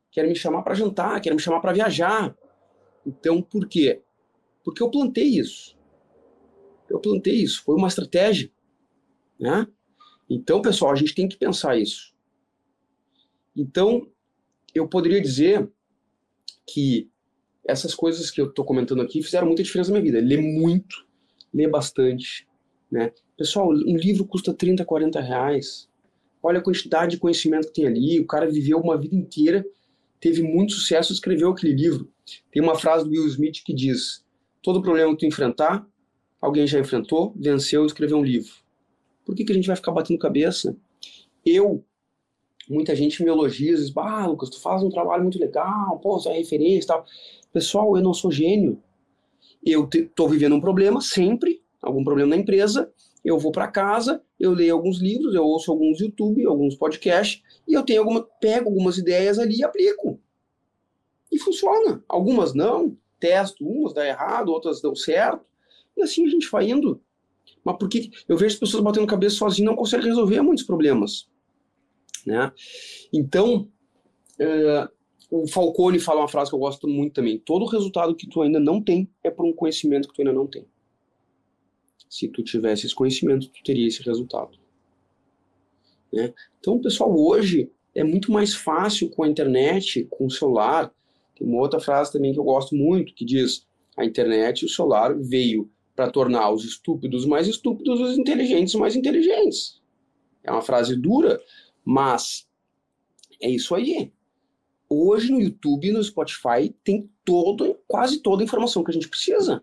querem me chamar para jantar, querem me chamar para viajar. Então, por quê? Porque eu plantei isso. Eu plantei isso, foi uma estratégia, né? Então, pessoal, a gente tem que pensar isso. Então, eu poderia dizer que essas coisas que eu estou comentando aqui fizeram muita diferença na minha vida. Ler muito, ler bastante, né? Pessoal, um livro custa trinta, quarenta reais. Olha a quantidade de conhecimento que tem ali. O cara viveu uma vida inteira, teve muito sucesso, escreveu aquele livro. Tem uma frase do Will Smith que diz: todo problema que tu enfrentar, alguém já enfrentou, venceu e escreveu um livro. Por que que a gente vai ficar batendo cabeça? Eu, muita gente me elogia, diz: ah, Lucas, tu faz um trabalho muito legal, pô, você é referência e tal. Pessoal, eu não sou gênio. Eu estou vivendo um problema sempre, algum problema na empresa, eu vou para casa, eu leio alguns livros, eu ouço alguns YouTube, alguns podcasts, e eu tenho alguma, pego algumas ideias ali e aplico. E funciona. Algumas não, testo umas, dá errado, outras dão certo, e assim a gente vai indo. Mas por que eu vejo as pessoas batendo cabeça sozinhas e não conseguem resolver muitos problemas, né? Então, uh, o Falcone fala uma frase que eu gosto muito também: todo resultado que tu ainda não tem é por um conhecimento que tu ainda não tem. Se tu tivesse esse conhecimento, tu teria esse resultado, né? Então, pessoal, hoje é muito mais fácil com a internet, com o celular. Tem uma outra frase também que eu gosto muito, que diz: a internet e o celular veio para tornar os estúpidos mais estúpidos e os inteligentes mais inteligentes. É uma frase dura, mas é isso aí. Hoje no YouTube e no Spotify tem todo, quase toda a informação que a gente precisa.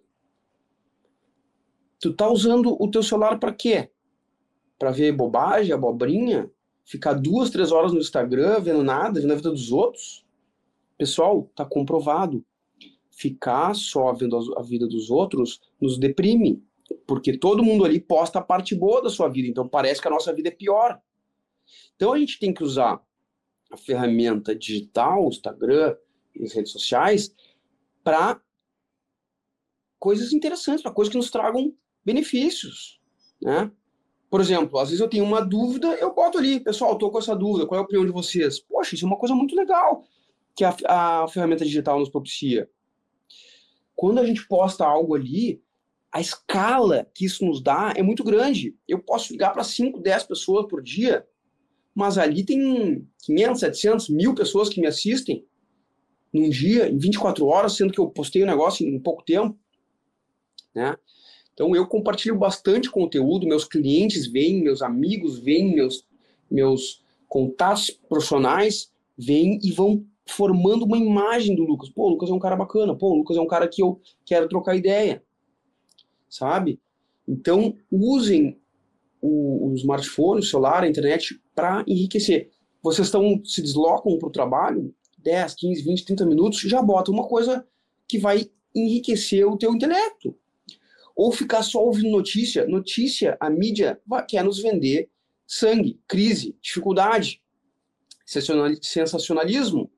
Tu tá usando o teu celular para quê? Para ver bobagem, abobrinha? Ficar duas, três horas no Instagram vendo nada, vendo a vida dos outros? Pessoal, tá comprovado. Ficar só vendo a vida dos outros nos deprime. Porque todo mundo ali posta a parte boa da sua vida. Então parece que a nossa vida é pior. Então a gente tem que usar a ferramenta digital, o Instagram e as redes sociais, para coisas interessantes, para coisas que nos tragam benefícios, né? Por exemplo, às vezes eu tenho uma dúvida, eu boto ali: pessoal, estou com essa dúvida, qual é a opinião de vocês? Poxa, isso é uma coisa muito legal que a, a ferramenta digital nos propicia. Quando a gente posta algo ali, a escala que isso nos dá é muito grande. Eu posso ligar para cinco, dez pessoas por dia, mas ali tem quinhentos, setecentos, mil pessoas que me assistem num dia, em vinte e quatro horas, sendo que eu postei o negócio em pouco tempo, né? Então eu compartilho bastante conteúdo, meus clientes veem, meus amigos veem, meus, meus contatos profissionais veem e vão formando uma imagem do Lucas. Pô, o Lucas é um cara bacana, pô, o Lucas é um cara que eu quero trocar ideia, sabe? Então usem o, o smartphone, o celular, a internet para enriquecer. Vocês estão, se deslocam para o trabalho, dez, quinze, vinte, trinta minutos, já bota uma coisa que vai enriquecer o teu intelecto. Ou ficar só ouvindo notícia. Notícia, a mídia quer nos vender sangue, crise, dificuldade, sensacionalismo.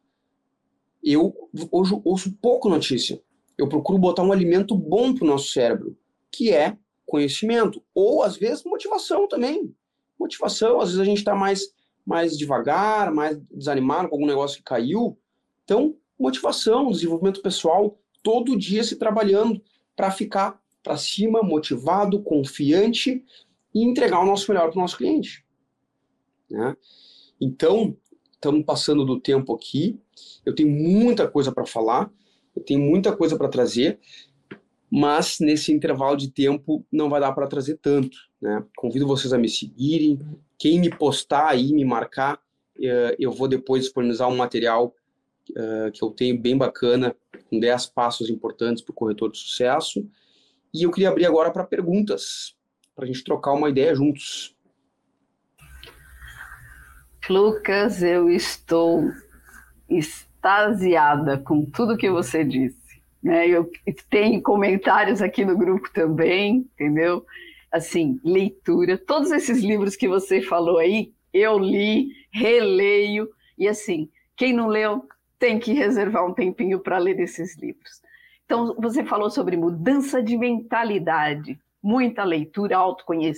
Eu hoje ouço pouco notícia. Eu procuro botar um alimento bom para o nosso cérebro, que é conhecimento. Ou, às vezes, motivação também. Motivação, às vezes a gente está mais, mais devagar, mais desanimado com algum negócio que caiu. Então, motivação, desenvolvimento pessoal, todo dia se trabalhando para ficar para cima, motivado, confiante e entregar o nosso melhor para o nosso cliente, né? Então, estamos passando do tempo aqui. Eu tenho muita coisa para falar, eu tenho muita coisa para trazer, mas nesse intervalo de tempo não vai dar para trazer tanto, né? Convido vocês a me seguirem. Quem me postar aí, me marcar, eu vou depois disponibilizar um material que eu tenho bem bacana, com dez passos importantes para o corretor de sucesso. E eu queria abrir agora para perguntas, para a gente trocar uma ideia juntos. Lucas, eu estou extasiada com tudo que você disse, né? Eu tenho comentários aqui no grupo também, entendeu? Assim, leitura, todos esses livros que você falou aí, eu li, releio, e assim, quem não leu tem que reservar um tempinho para ler esses livros. Então, você falou sobre mudança de mentalidade, muita leitura,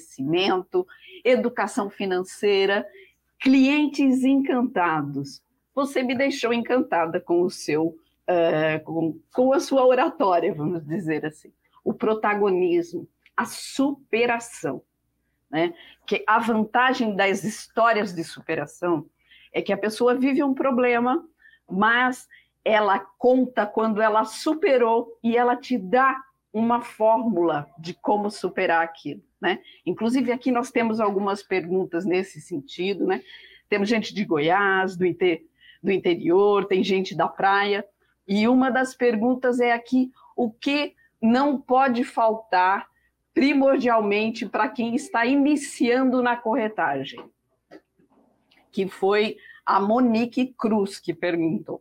autoconhecimento, educação financeira, clientes encantados. você me deixou encantada com o seu, uh, com, com a sua oratória, vamos dizer assim. O protagonismo, a superação, né? Que a vantagem das histórias de superação é que a pessoa vive um problema, mas ela conta quando ela superou e ela te dá uma fórmula de como superar aquilo, né? Inclusive aqui nós temos algumas perguntas nesse sentido, né? Temos gente de Goiás, do, inter... do interior, tem gente da praia, e uma das perguntas é aqui, o que não pode faltar primordialmente para quem está iniciando na corretagem? Que foi a Monique Cruz que perguntou.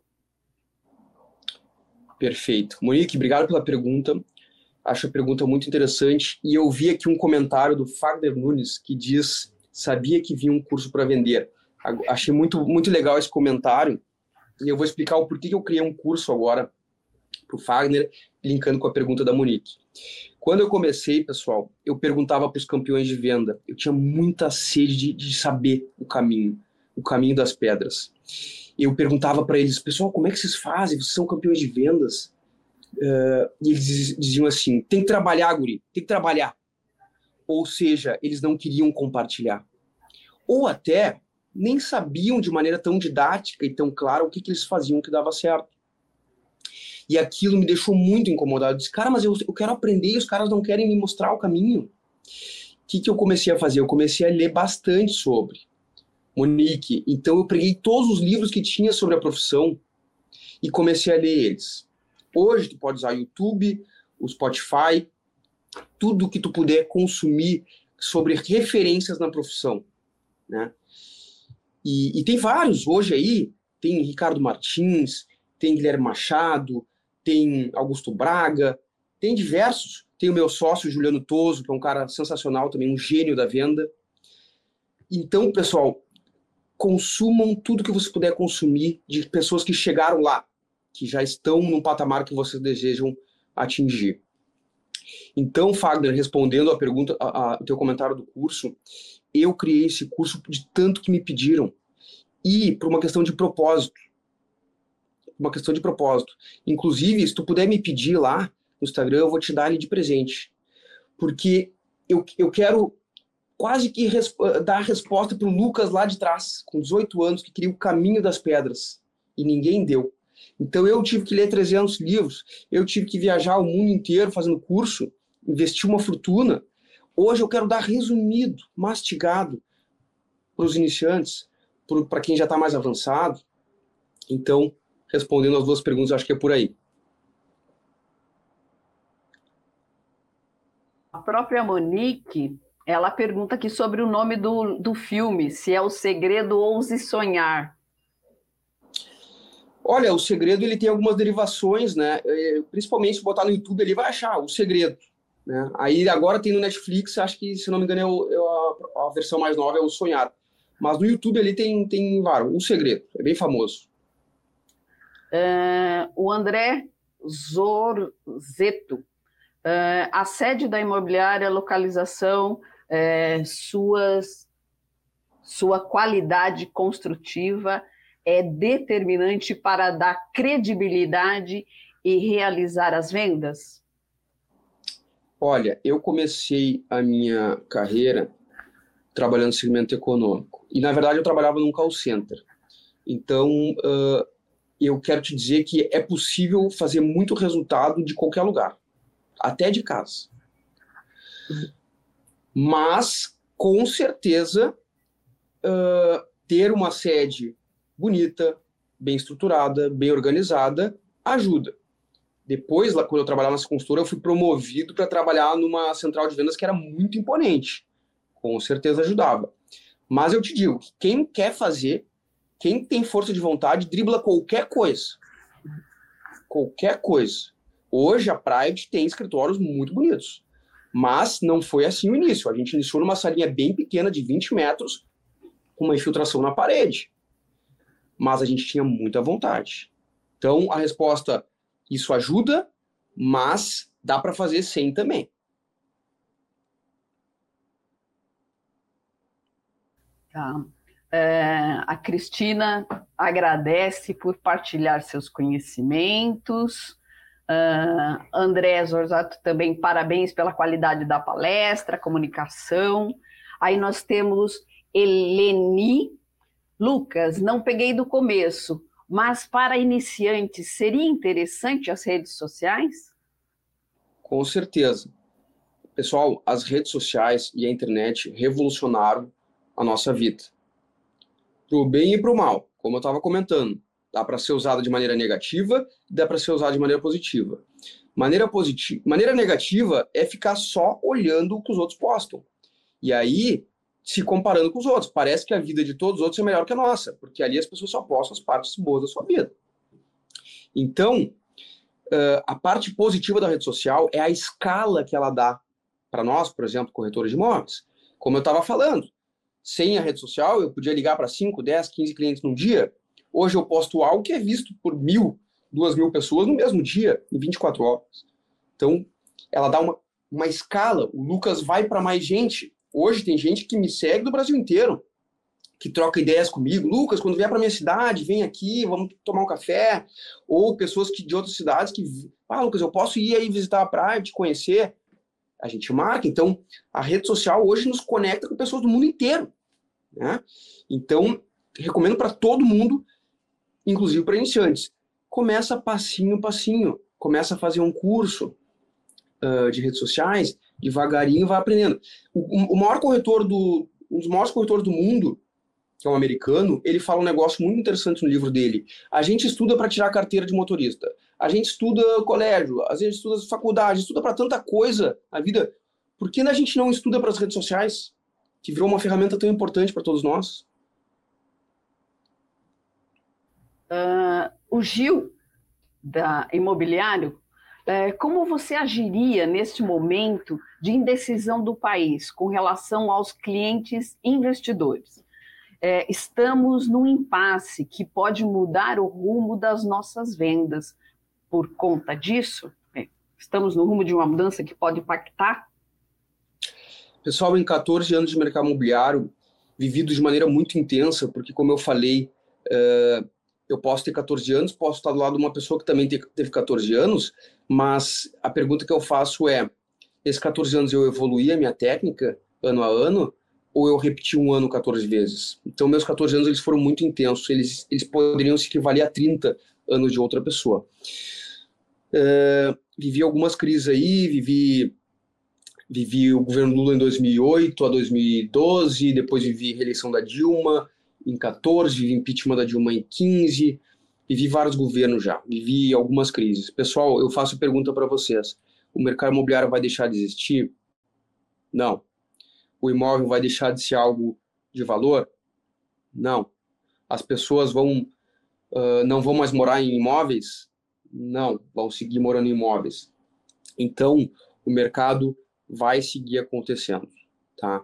Perfeito. Monique, obrigado pela pergunta. Acho a pergunta muito interessante. E eu vi aqui um comentário do Fagner Nunes que diz, sabia que vinha um curso para vender. Achei muito, muito legal esse comentário. E eu vou explicar o porquê que eu criei um curso agora para o Fagner, linkando com a pergunta da Monique. Quando eu comecei, pessoal, eu perguntava para os campeões de venda. Eu tinha muita sede de, de saber o caminho, o caminho das pedras. Eu perguntava para eles, pessoal, como é que vocês fazem? Vocês são campeões de vendas? Uh, e eles diziam assim, tem que trabalhar, guri, tem que trabalhar. Ou seja, eles não queriam compartilhar. Ou até nem sabiam de maneira tão didática e tão clara o que, que eles faziam que dava certo. E aquilo me deixou muito incomodado. Eu disse, cara, mas eu, eu quero aprender e os caras não querem me mostrar o caminho. O que, que eu comecei a fazer? Eu comecei a ler bastante sobre. Monique, então eu peguei todos os livros que tinha sobre a profissão e comecei a ler eles. Hoje tu pode usar o YouTube, o Spotify, tudo que tu puder consumir sobre referências na profissão, né? E, e tem vários hoje aí, tem Ricardo Martins, tem Guilherme Machado, tem Augusto Braga, tem diversos. Tem o meu sócio, Juliano Toso, que é um cara sensacional também, um gênio da venda. Então, pessoal, consumam tudo que você puder consumir de pessoas que chegaram lá, que já estão num patamar que vocês desejam atingir. Então, Fagner, respondendo a pergunta, o teu comentário do curso, eu criei esse curso de tanto que me pediram e por uma questão de propósito. Uma questão de propósito. Inclusive, se tu puder me pedir lá no Instagram, eu vou te dar ele de presente. Porque eu, eu quero quase que resp- dar a resposta para o Lucas lá de trás, com dezoito anos, que queria o caminho das pedras. E ninguém deu. Então eu tive que ler trezentos livros, eu tive que viajar o mundo inteiro fazendo curso, investir uma fortuna. Hoje eu quero dar resumido, mastigado para os iniciantes, para quem já está mais avançado. Então, respondendo as duas perguntas, acho que é por aí. A própria Monique, ela pergunta aqui sobre o nome do, do filme, se é O Segredo Ouse Sonhar. Olha, O Segredo ele tem algumas derivações, né? Principalmente se botar no YouTube, ele vai achar O Segredo, né? Aí agora tem no Netflix, acho que, se não me engano, é o, é a, a versão mais nova é O Sonhar. Mas no YouTube ali tem, tem vários. O Segredo, é bem famoso. Uh, o André Zorzeto, uh, a sede da imobiliária, localização, uh, suas, sua qualidade construtiva é determinante para dar credibilidade e realizar as vendas? Olha, eu comecei a minha carreira trabalhando no segmento econômico. E, na verdade, eu trabalhava num call center. Então, uh, eu quero te dizer que é possível fazer muito resultado de qualquer lugar, até de casa. Mas, com certeza, uh, ter uma sede bonita, bem estruturada, bem organizada, ajuda. Depois, lá, quando eu trabalhava nessa consultora, eu fui promovido para trabalhar numa central de vendas que era muito imponente. Com certeza ajudava. Mas eu te digo, quem quer fazer, quem tem força de vontade, dribla qualquer coisa. Qualquer coisa. Hoje, a Pride tem escritórios muito bonitos. Mas não foi assim o início. A gente iniciou numa salinha bem pequena, de vinte metros, com uma infiltração na parede. Mas a gente tinha muita vontade. Então, a resposta, isso ajuda, mas dá para fazer sem também. Tá. É, a Cristina agradece por partilhar seus conhecimentos. Uh, André Zorzato também, parabéns pela qualidade da palestra, comunicação. Aí nós temos Eleni. Lucas, não peguei do começo, mas para iniciantes, seria interessante as redes sociais? Com certeza. Pessoal, as redes sociais e a internet revolucionaram a nossa vida. Para o bem e para o mal, como eu estava comentando. Dá para ser usada de maneira negativa e dá para ser usada de maneira positiva. Maneira, positiva, maneira negativa é ficar só olhando o que os outros postam. E aí, se comparando com os outros. Parece que a vida de todos os outros é melhor que a nossa, porque ali as pessoas só postam as partes boas da sua vida. Então, uh, a parte positiva da rede social é a escala que ela dá para nós, por exemplo, corretores de imóveis. Como eu estava falando, sem a rede social, eu podia ligar para cinco, dez, quinze clientes num dia. Hoje eu posto algo que é visto por mil, duas mil pessoas no mesmo dia, em vinte e quatro horas. Então, ela dá uma, uma escala. O Lucas vai para mais gente. Hoje tem gente que me segue do Brasil inteiro, que troca ideias comigo. Lucas, quando vier para minha cidade, vem aqui, vamos tomar um café. Ou pessoas que, de outras cidades que... Ah, Lucas, eu posso ir aí visitar a praia, te conhecer. A gente marca. Então, a rede social hoje nos conecta com pessoas do mundo inteiro, né? Então, recomendo para todo mundo, inclusive para iniciantes. Começa passinho, passinho. Começa a fazer um curso uh, de redes sociais, devagarinho vai aprendendo. O, o maior corretor do... Um dos maiores corretores do mundo, que é um americano, ele fala um negócio muito interessante no livro dele. A gente estuda para tirar a carteira de motorista. A gente estuda colégio, a gente estuda faculdade, estuda para tanta coisa na vida. Por que a gente não estuda para as redes sociais, que virou uma ferramenta tão importante para todos nós? Uh, o Gil, da Imobiliário, uh, como você agiria neste momento de indecisão do país com relação aos clientes investidores? Uh, estamos num impasse que pode mudar o rumo das nossas vendas. Por conta disso, uh, estamos no rumo de uma mudança que pode impactar? Pessoal, em quatorze anos de mercado imobiliário, vivido de maneira muito intensa, porque, como eu falei, uh, eu posso ter quatorze anos, posso estar do lado de uma pessoa que também teve quatorze anos, mas a pergunta que eu faço é, esses quatorze anos eu evoluí a minha técnica ano a ano, ou eu repeti um ano quatorze vezes? Então, meus quatorze anos eles foram muito intensos, eles, eles poderiam se equivaler a trinta anos de outra pessoa. Uh, vivi algumas crises aí, vivi... Vivi o governo Lula em dois mil e oito a dois mil e doze, depois vivi a reeleição da Dilma em quatorze, vivi impeachment da Dilma em quinze, vivi vários governos já, vivi algumas crises. Pessoal, eu faço pergunta para vocês, o mercado imobiliário vai deixar de existir? Não. O imóvel vai deixar de ser algo de valor? Não. As pessoas vão, uh, não vão mais morar em imóveis? Não, vão seguir morando em imóveis. Então, o mercado vai seguir acontecendo, tá?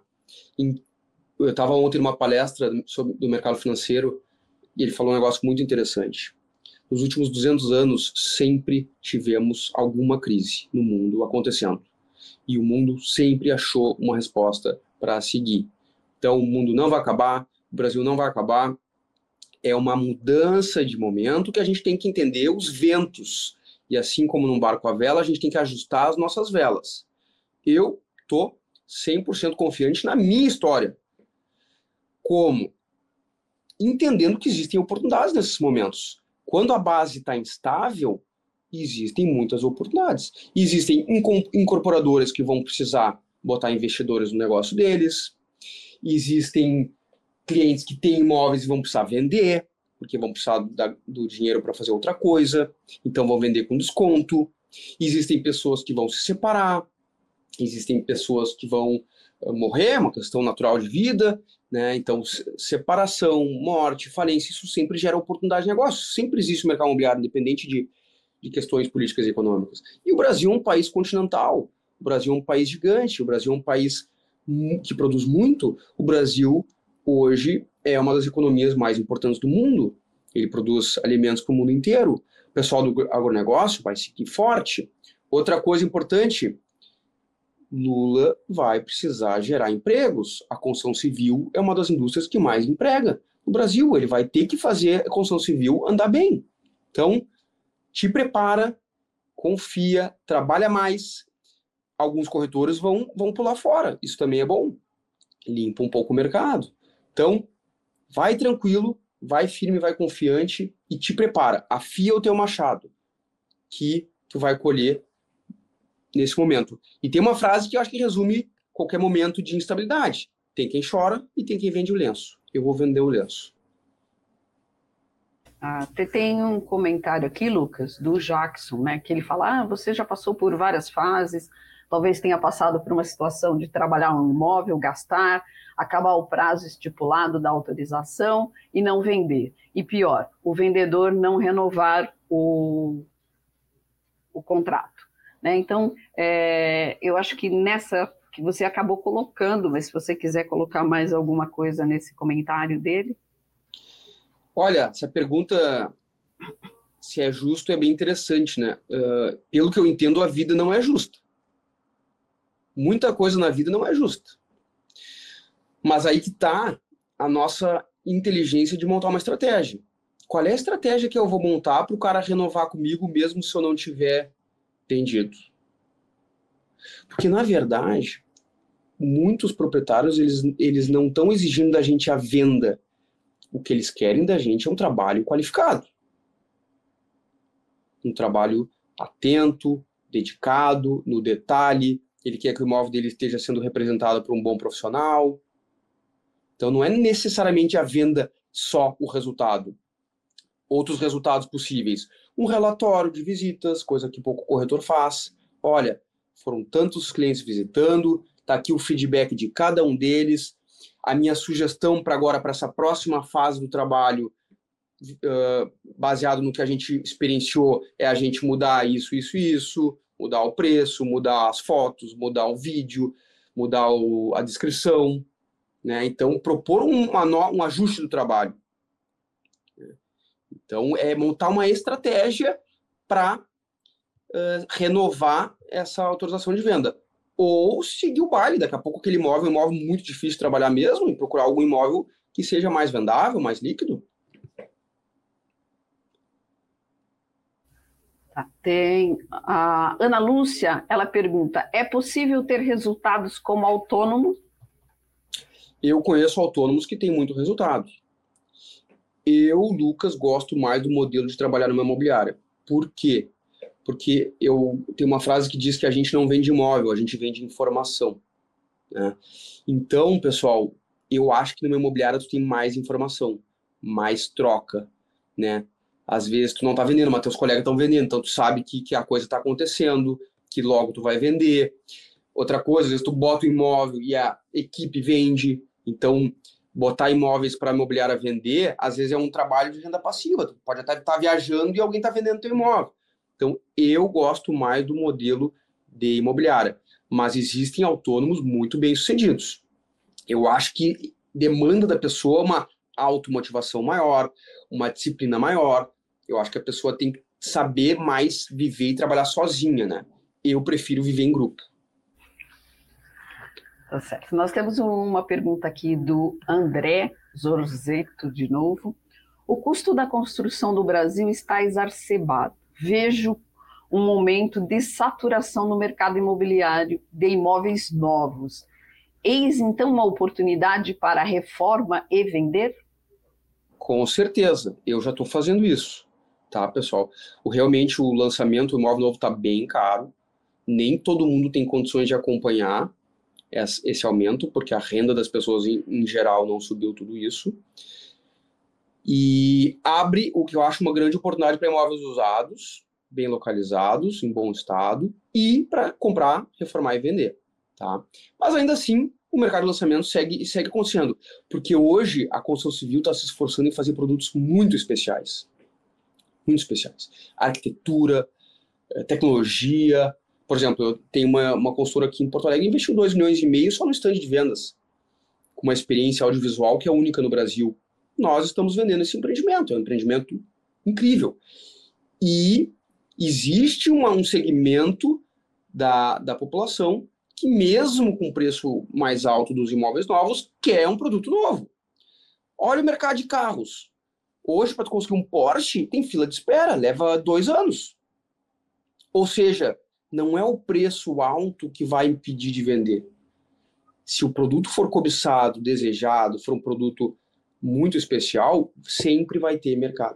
Eu estava ontem numa palestra sobre, do mercado financeiro e ele falou um negócio muito interessante. Nos últimos duzentos anos, sempre tivemos alguma crise no mundo acontecendo. E o mundo sempre achou uma resposta para seguir. Então, o mundo não vai acabar, o Brasil não vai acabar. É uma mudança de momento que a gente tem que entender os ventos. E assim como num barco à vela, a gente tem que ajustar as nossas velas. Eu estou cem por cento confiante na minha história. Como? Entendendo que existem oportunidades nesses momentos. Quando a base está instável, existem muitas oportunidades. Existem incorporadoras que vão precisar botar investidores no negócio deles. Existem clientes que têm imóveis e vão precisar vender, porque vão precisar da, do dinheiro para fazer outra coisa. Então vão vender com desconto. Existem pessoas que vão se separar. Existem pessoas que vão uh, morrer, uma questão natural de vida, né? Então, separação, morte, falência, isso sempre gera oportunidade de negócio. Sempre existe o mercado imobiliário, independente de, de questões políticas e econômicas. E o Brasil é um país continental, o Brasil é um país gigante, o Brasil é um país que produz muito. O Brasil, hoje, é uma das economias mais importantes do mundo. Ele produz alimentos para o mundo inteiro. O pessoal do agronegócio vai seguir forte. Outra coisa importante... Lula vai precisar gerar empregos. A construção civil é uma das indústrias que mais emprega. no Brasil. Ele vai ter que fazer a construção civil andar bem. Então, te prepara, confia, trabalha mais. Alguns corretores vão, vão pular fora. Isso também é bom. Limpa um pouco o mercado. Então, vai tranquilo, vai firme, vai confiante e te prepara. Afia o teu machado, que tu vai colher nesse momento. E tem uma frase que eu acho que resume qualquer momento de instabilidade. Tem quem chora e tem quem vende o lenço. Eu vou vender o lenço. Ah, tem um comentário aqui, Lucas, do Jackson, né, que ele fala, ah, você já passou por várias fases, talvez tenha passado por uma situação de trabalhar um imóvel, gastar, acabar o prazo estipulado da autorização e não vender. E pior, o vendedor não renovar o, o contrato. Né? Então, é, eu acho que nessa que você acabou colocando, mas se você quiser colocar mais alguma coisa nesse comentário dele. Olha, essa pergunta, se é justo, é bem interessante, né? Uh, pelo que eu entendo, a vida não é justa. Muita coisa na vida não é justa. Mas aí que está a nossa inteligência de montar uma estratégia. Qual é a estratégia que eu vou montar para o cara renovar comigo, mesmo se eu não tiver vendido? Porque, na verdade, muitos proprietários eles, eles não estão exigindo da gente a venda. O que eles querem da gente é um trabalho qualificado. Um trabalho atento, dedicado, no detalhe. Ele quer que o imóvel dele esteja sendo representado por um bom profissional. Então, não é necessariamente a venda só o resultado. Outros resultados possíveis. Um relatório de visitas, coisa que pouco corretor faz. Olha, foram tantos clientes visitando, está aqui o feedback de cada um deles. A minha sugestão para agora, para essa próxima fase do trabalho, uh, baseado no que a gente experienciou, é a gente mudar isso, isso e isso, mudar o preço, mudar as fotos, mudar o vídeo, mudar o, a descrição, né? Então, propor um, uma, um ajuste do trabalho. Então, é montar uma estratégia para uh, renovar essa autorização de venda. Ou seguir o baile, daqui a pouco aquele imóvel é um imóvel muito difícil de trabalhar mesmo, e procurar algum imóvel que seja mais vendável, mais líquido. Tá, tem a Ana Lúcia, ela pergunta, é possível ter resultados como autônomo? Eu conheço autônomos que têm muito resultado. Eu, Lucas, gosto mais do modelo de trabalhar numa imobiliária. Por quê? Porque eu tenho uma frase que diz que a gente não vende imóvel, a gente vende informação. Né? Então, pessoal, eu acho que numa imobiliária tu tem mais informação, mais troca, né? Às vezes tu não tá vendendo, mas teus colegas estão vendendo, então tu sabe que, que a coisa está acontecendo, que logo tu vai vender. Outra coisa, às vezes tu bota o imóvel e a equipe vende, então botar imóveis para a imobiliária vender, às vezes é um trabalho de renda passiva, tu pode até estar viajando e alguém está vendendo teu imóvel. Então, eu gosto mais do modelo de imobiliária, mas existem autônomos muito bem-sucedidos. Eu acho que demanda da pessoa uma automotivação maior, uma disciplina maior. Eu acho que a pessoa tem que saber mais viver e trabalhar sozinha, né? Eu prefiro viver em grupo. Tá certo. Nós temos uma pergunta aqui do André Zorzeto, de novo. O custo da construção do Brasil está exacerbado. Vejo um momento de saturação no mercado imobiliário de imóveis novos. Eis, então, uma oportunidade para reforma e vender? Com certeza, eu já estou fazendo isso, tá, pessoal? O, realmente, o lançamento do imóvel novo está bem caro, nem todo mundo tem condições de acompanhar esse aumento, porque a renda das pessoas, em, em geral, não subiu tudo isso. E abre o que eu acho uma grande oportunidade para imóveis usados, bem localizados, em bom estado, e para comprar, reformar e vender. Tá? Mas ainda assim, o mercado de lançamento segue, segue acontecendo, porque hoje a construção civil está se esforçando em fazer produtos muito especiais. Muito especiais. Arquitetura, tecnologia. Por exemplo, eu tenho uma, uma consultora aqui em Porto Alegre que investiu dois milhões e meio só no stand de vendas, com uma experiência audiovisual que é única no Brasil. Nós estamos vendendo esse empreendimento, é um empreendimento incrível. E existe uma, um segmento da, da população que mesmo com o preço mais alto dos imóveis novos, quer um produto novo. Olha o mercado de carros. Hoje, para tu conseguir um Porsche, tem fila de espera, leva dois anos. Ou seja, não é o preço alto que vai impedir de vender. Se o produto for cobiçado, desejado, for um produto muito especial, sempre vai ter mercado.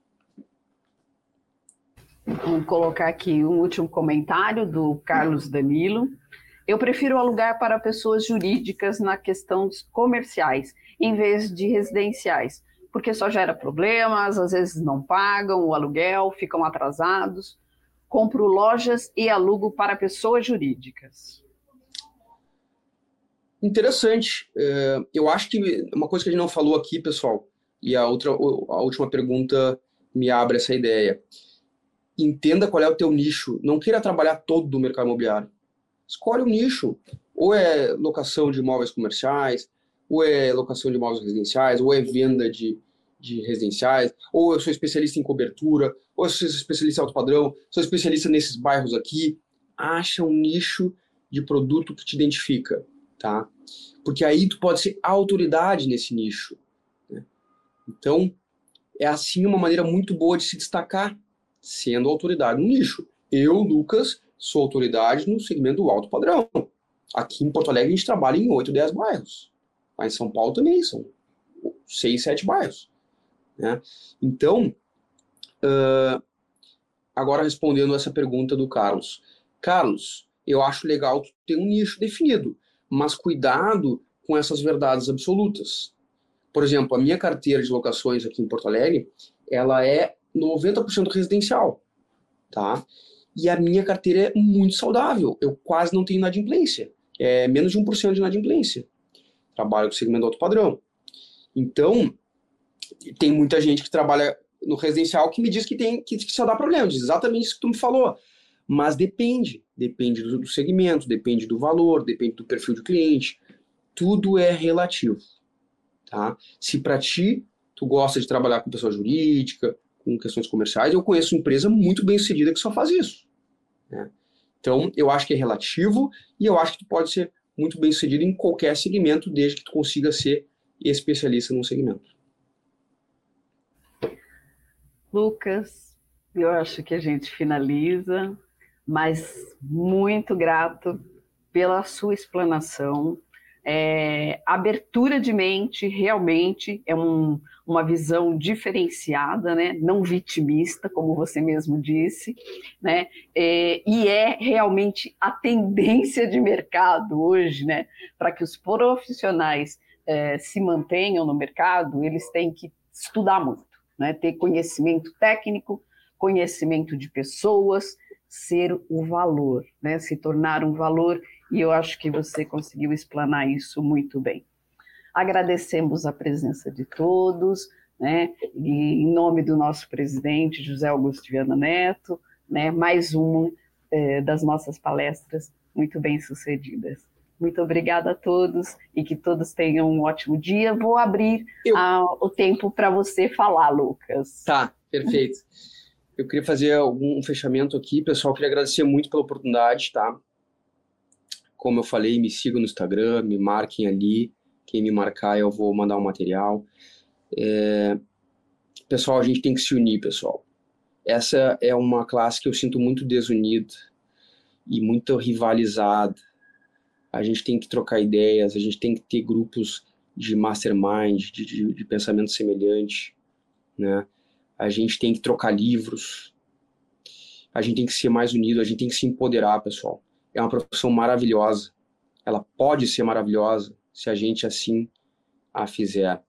Vamos colocar aqui um último comentário do Carlos Danilo. Eu prefiro alugar para pessoas jurídicas na questão dos comerciais, em vez de residenciais, porque só gera problemas, às vezes não pagam o aluguel, ficam atrasados. Compro lojas e alugo para pessoas jurídicas. Interessante. Eu acho que uma coisa que a gente não falou aqui, pessoal, e a, outra, a última pergunta me abre essa ideia. Entenda qual é o teu nicho. Não queira trabalhar todo o mercado imobiliário. Escolhe um nicho. Ou é locação de imóveis comerciais, ou é locação de imóveis residenciais, ou é venda de, de residenciais, ou eu sou especialista em cobertura, ou eu sou especialista em alto padrão, sou especialista nesses bairros aqui. Acha um nicho de produto que te identifica, tá? Porque aí tu pode ser autoridade nesse nicho, né? Então, é assim uma maneira muito boa de se destacar, sendo autoridade no nicho. Eu, Lucas, sou autoridade no segmento do alto padrão. Aqui em Porto Alegre a gente trabalha em oito, dez bairros. Lá em São Paulo também são seis, sete bairros, né? Então, uh, agora respondendo essa pergunta do Carlos. Carlos, eu acho legal tu ter um nicho definido, mas cuidado com essas verdades absolutas. Por exemplo, a minha carteira de locações aqui em Porto Alegre, ela é noventa por cento residencial, tá? E a minha carteira é muito saudável. Eu quase não tenho inadimplência. É menos de um por cento de inadimplência. Trabalho com segmento alto padrão. Então, tem muita gente que trabalha no residencial que me diz que, tem, que, que só dá problema. Diz exatamente isso que tu me falou. Mas depende. Depende do, do segmento, depende do valor, depende do perfil do cliente. Tudo é relativo, tá? Se para ti, tu gosta de trabalhar com pessoa jurídica, com questões comerciais, eu conheço uma empresa muito bem sucedida que só faz isso, né? Então, eu acho que é relativo e eu acho que tu pode ser muito bem sucedido em qualquer segmento, desde que tu consiga ser especialista num segmento. Lucas, eu acho que a gente finaliza, mas muito grato pela sua explanação. É, abertura de mente realmente é um, uma visão diferenciada, né? Não vitimista, como você mesmo disse, né? É, e é realmente a tendência de mercado hoje, né? Para que os profissionais é, se mantenham no mercado, eles têm que estudar muito, né? Ter conhecimento técnico, conhecimento de pessoas, ser o valor, né? Se tornar um valor. E eu acho que você conseguiu explanar isso muito bem. Agradecemos a presença de todos, né? E em nome do nosso presidente, José Augusto Viana Neto, né? Mais uma é, das nossas palestras muito bem sucedidas. Muito obrigada a todos e que todos tenham um ótimo dia. Vou abrir eu... a, o tempo para você falar, Lucas. Tá, perfeito. Eu queria fazer algum fechamento aqui, pessoal. Queria agradecer muito pela oportunidade, tá? Como eu falei, me sigam no Instagram, me marquem ali. Quem me marcar, eu vou mandar um material. É... Pessoal, a gente tem que se unir, pessoal. Essa é uma classe que eu sinto muito desunida e muito rivalizada. A gente tem que trocar ideias, a gente tem que ter grupos de mastermind, de, de, de pensamento semelhante, né? A gente tem que trocar livros. A gente tem que ser mais unido, a gente tem que se empoderar, pessoal. É uma profissão maravilhosa. Ela pode ser maravilhosa se a gente assim a fizer.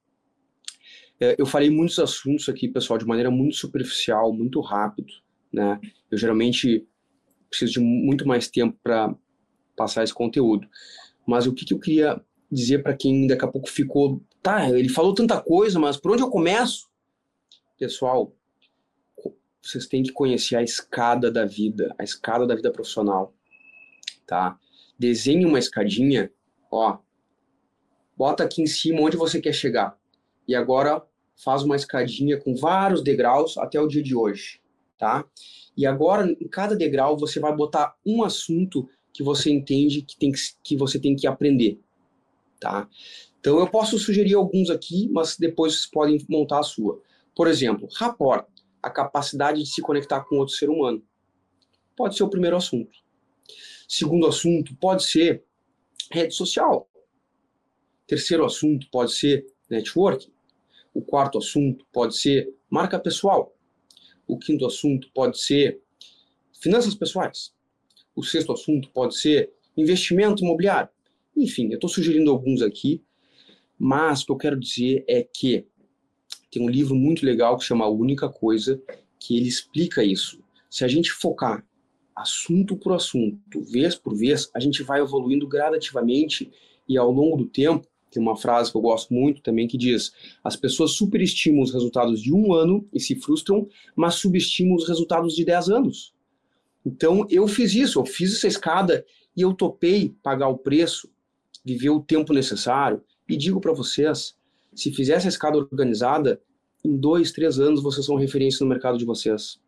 Eu falei muitos assuntos aqui, pessoal, de maneira muito superficial, muito rápido, né? Eu geralmente preciso de muito mais tempo para passar esse conteúdo. Mas o que, que eu queria dizer para quem daqui a pouco ficou... Tá, ele falou tanta coisa, mas por onde eu começo? Pessoal, vocês têm que conhecer a escada da vida, a escada da vida profissional. Tá? Desenhe uma escadinha, ó, bota aqui em cima onde você quer chegar. E agora faz uma escadinha com vários degraus até o dia de hoje, tá? E agora, em cada degrau, você vai botar um assunto que você entende que, tem que, que você tem que aprender, tá? Então, eu posso sugerir alguns aqui, mas depois vocês podem montar a sua. Por exemplo, rapport, a capacidade de se conectar com outro ser humano. Pode ser o primeiro assunto. Segundo assunto, pode ser rede social. Terceiro assunto pode ser networking. O quarto assunto pode ser marca pessoal. O quinto assunto pode ser finanças pessoais. O sexto assunto pode ser investimento imobiliário. Enfim, eu estou sugerindo alguns aqui, mas o que eu quero dizer é que tem um livro muito legal que chama A Única Coisa, que ele explica isso. Se a gente focar assunto por assunto, vez por vez, a gente vai evoluindo gradativamente e ao longo do tempo, tem uma frase que eu gosto muito também que diz: as pessoas superestimam os resultados de um ano e se frustram, mas subestimam os resultados de dez anos. Então eu fiz isso, eu fiz essa escada e eu topei pagar o preço, viver o tempo necessário, e digo para vocês, se fizesse a escada organizada, em dois, três anos vocês são referência no mercado de vocês.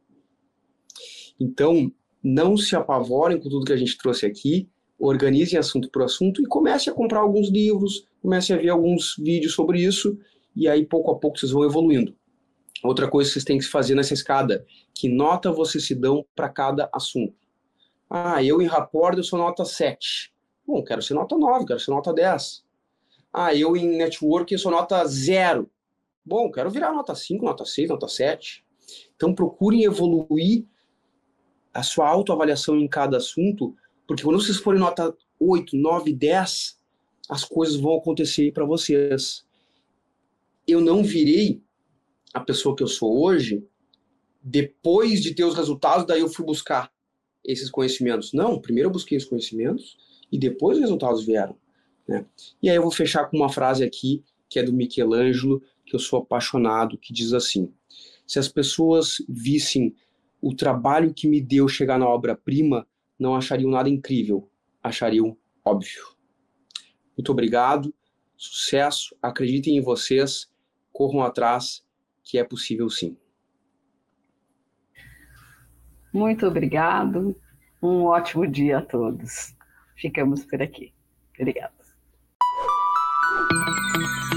Então, não se apavorem com tudo que a gente trouxe aqui, organizem assunto por assunto e comecem a comprar alguns livros, comecem a ver alguns vídeos sobre isso, e aí pouco a pouco vocês vão evoluindo. Outra coisa que vocês têm que fazer nessa escada, que nota vocês se dão para cada assunto. Ah, eu em rapport eu sou nota sete. Bom, quero ser nota nove, quero ser nota dez. Ah, eu em network eu sou nota zero. Bom, quero virar nota cinco, nota seis, nota sete. Então procurem evoluir a sua autoavaliação em cada assunto, porque quando vocês forem nota oito, nove, dez, as coisas vão acontecer para vocês. Eu não virei a pessoa que eu sou hoje depois de ter os resultados, daí eu fui buscar esses conhecimentos. Não, primeiro eu busquei os conhecimentos e depois os resultados vieram, né? E aí eu vou fechar com uma frase aqui, que é do Michelangelo, que eu sou apaixonado, que diz assim: se as pessoas vissem o trabalho que me deu chegar na obra-prima, não achariam nada incrível, achariam óbvio. Muito obrigado, sucesso, acreditem em vocês, corram atrás, que é possível sim. Muito obrigado, um ótimo dia a todos. Ficamos por aqui. Obrigada.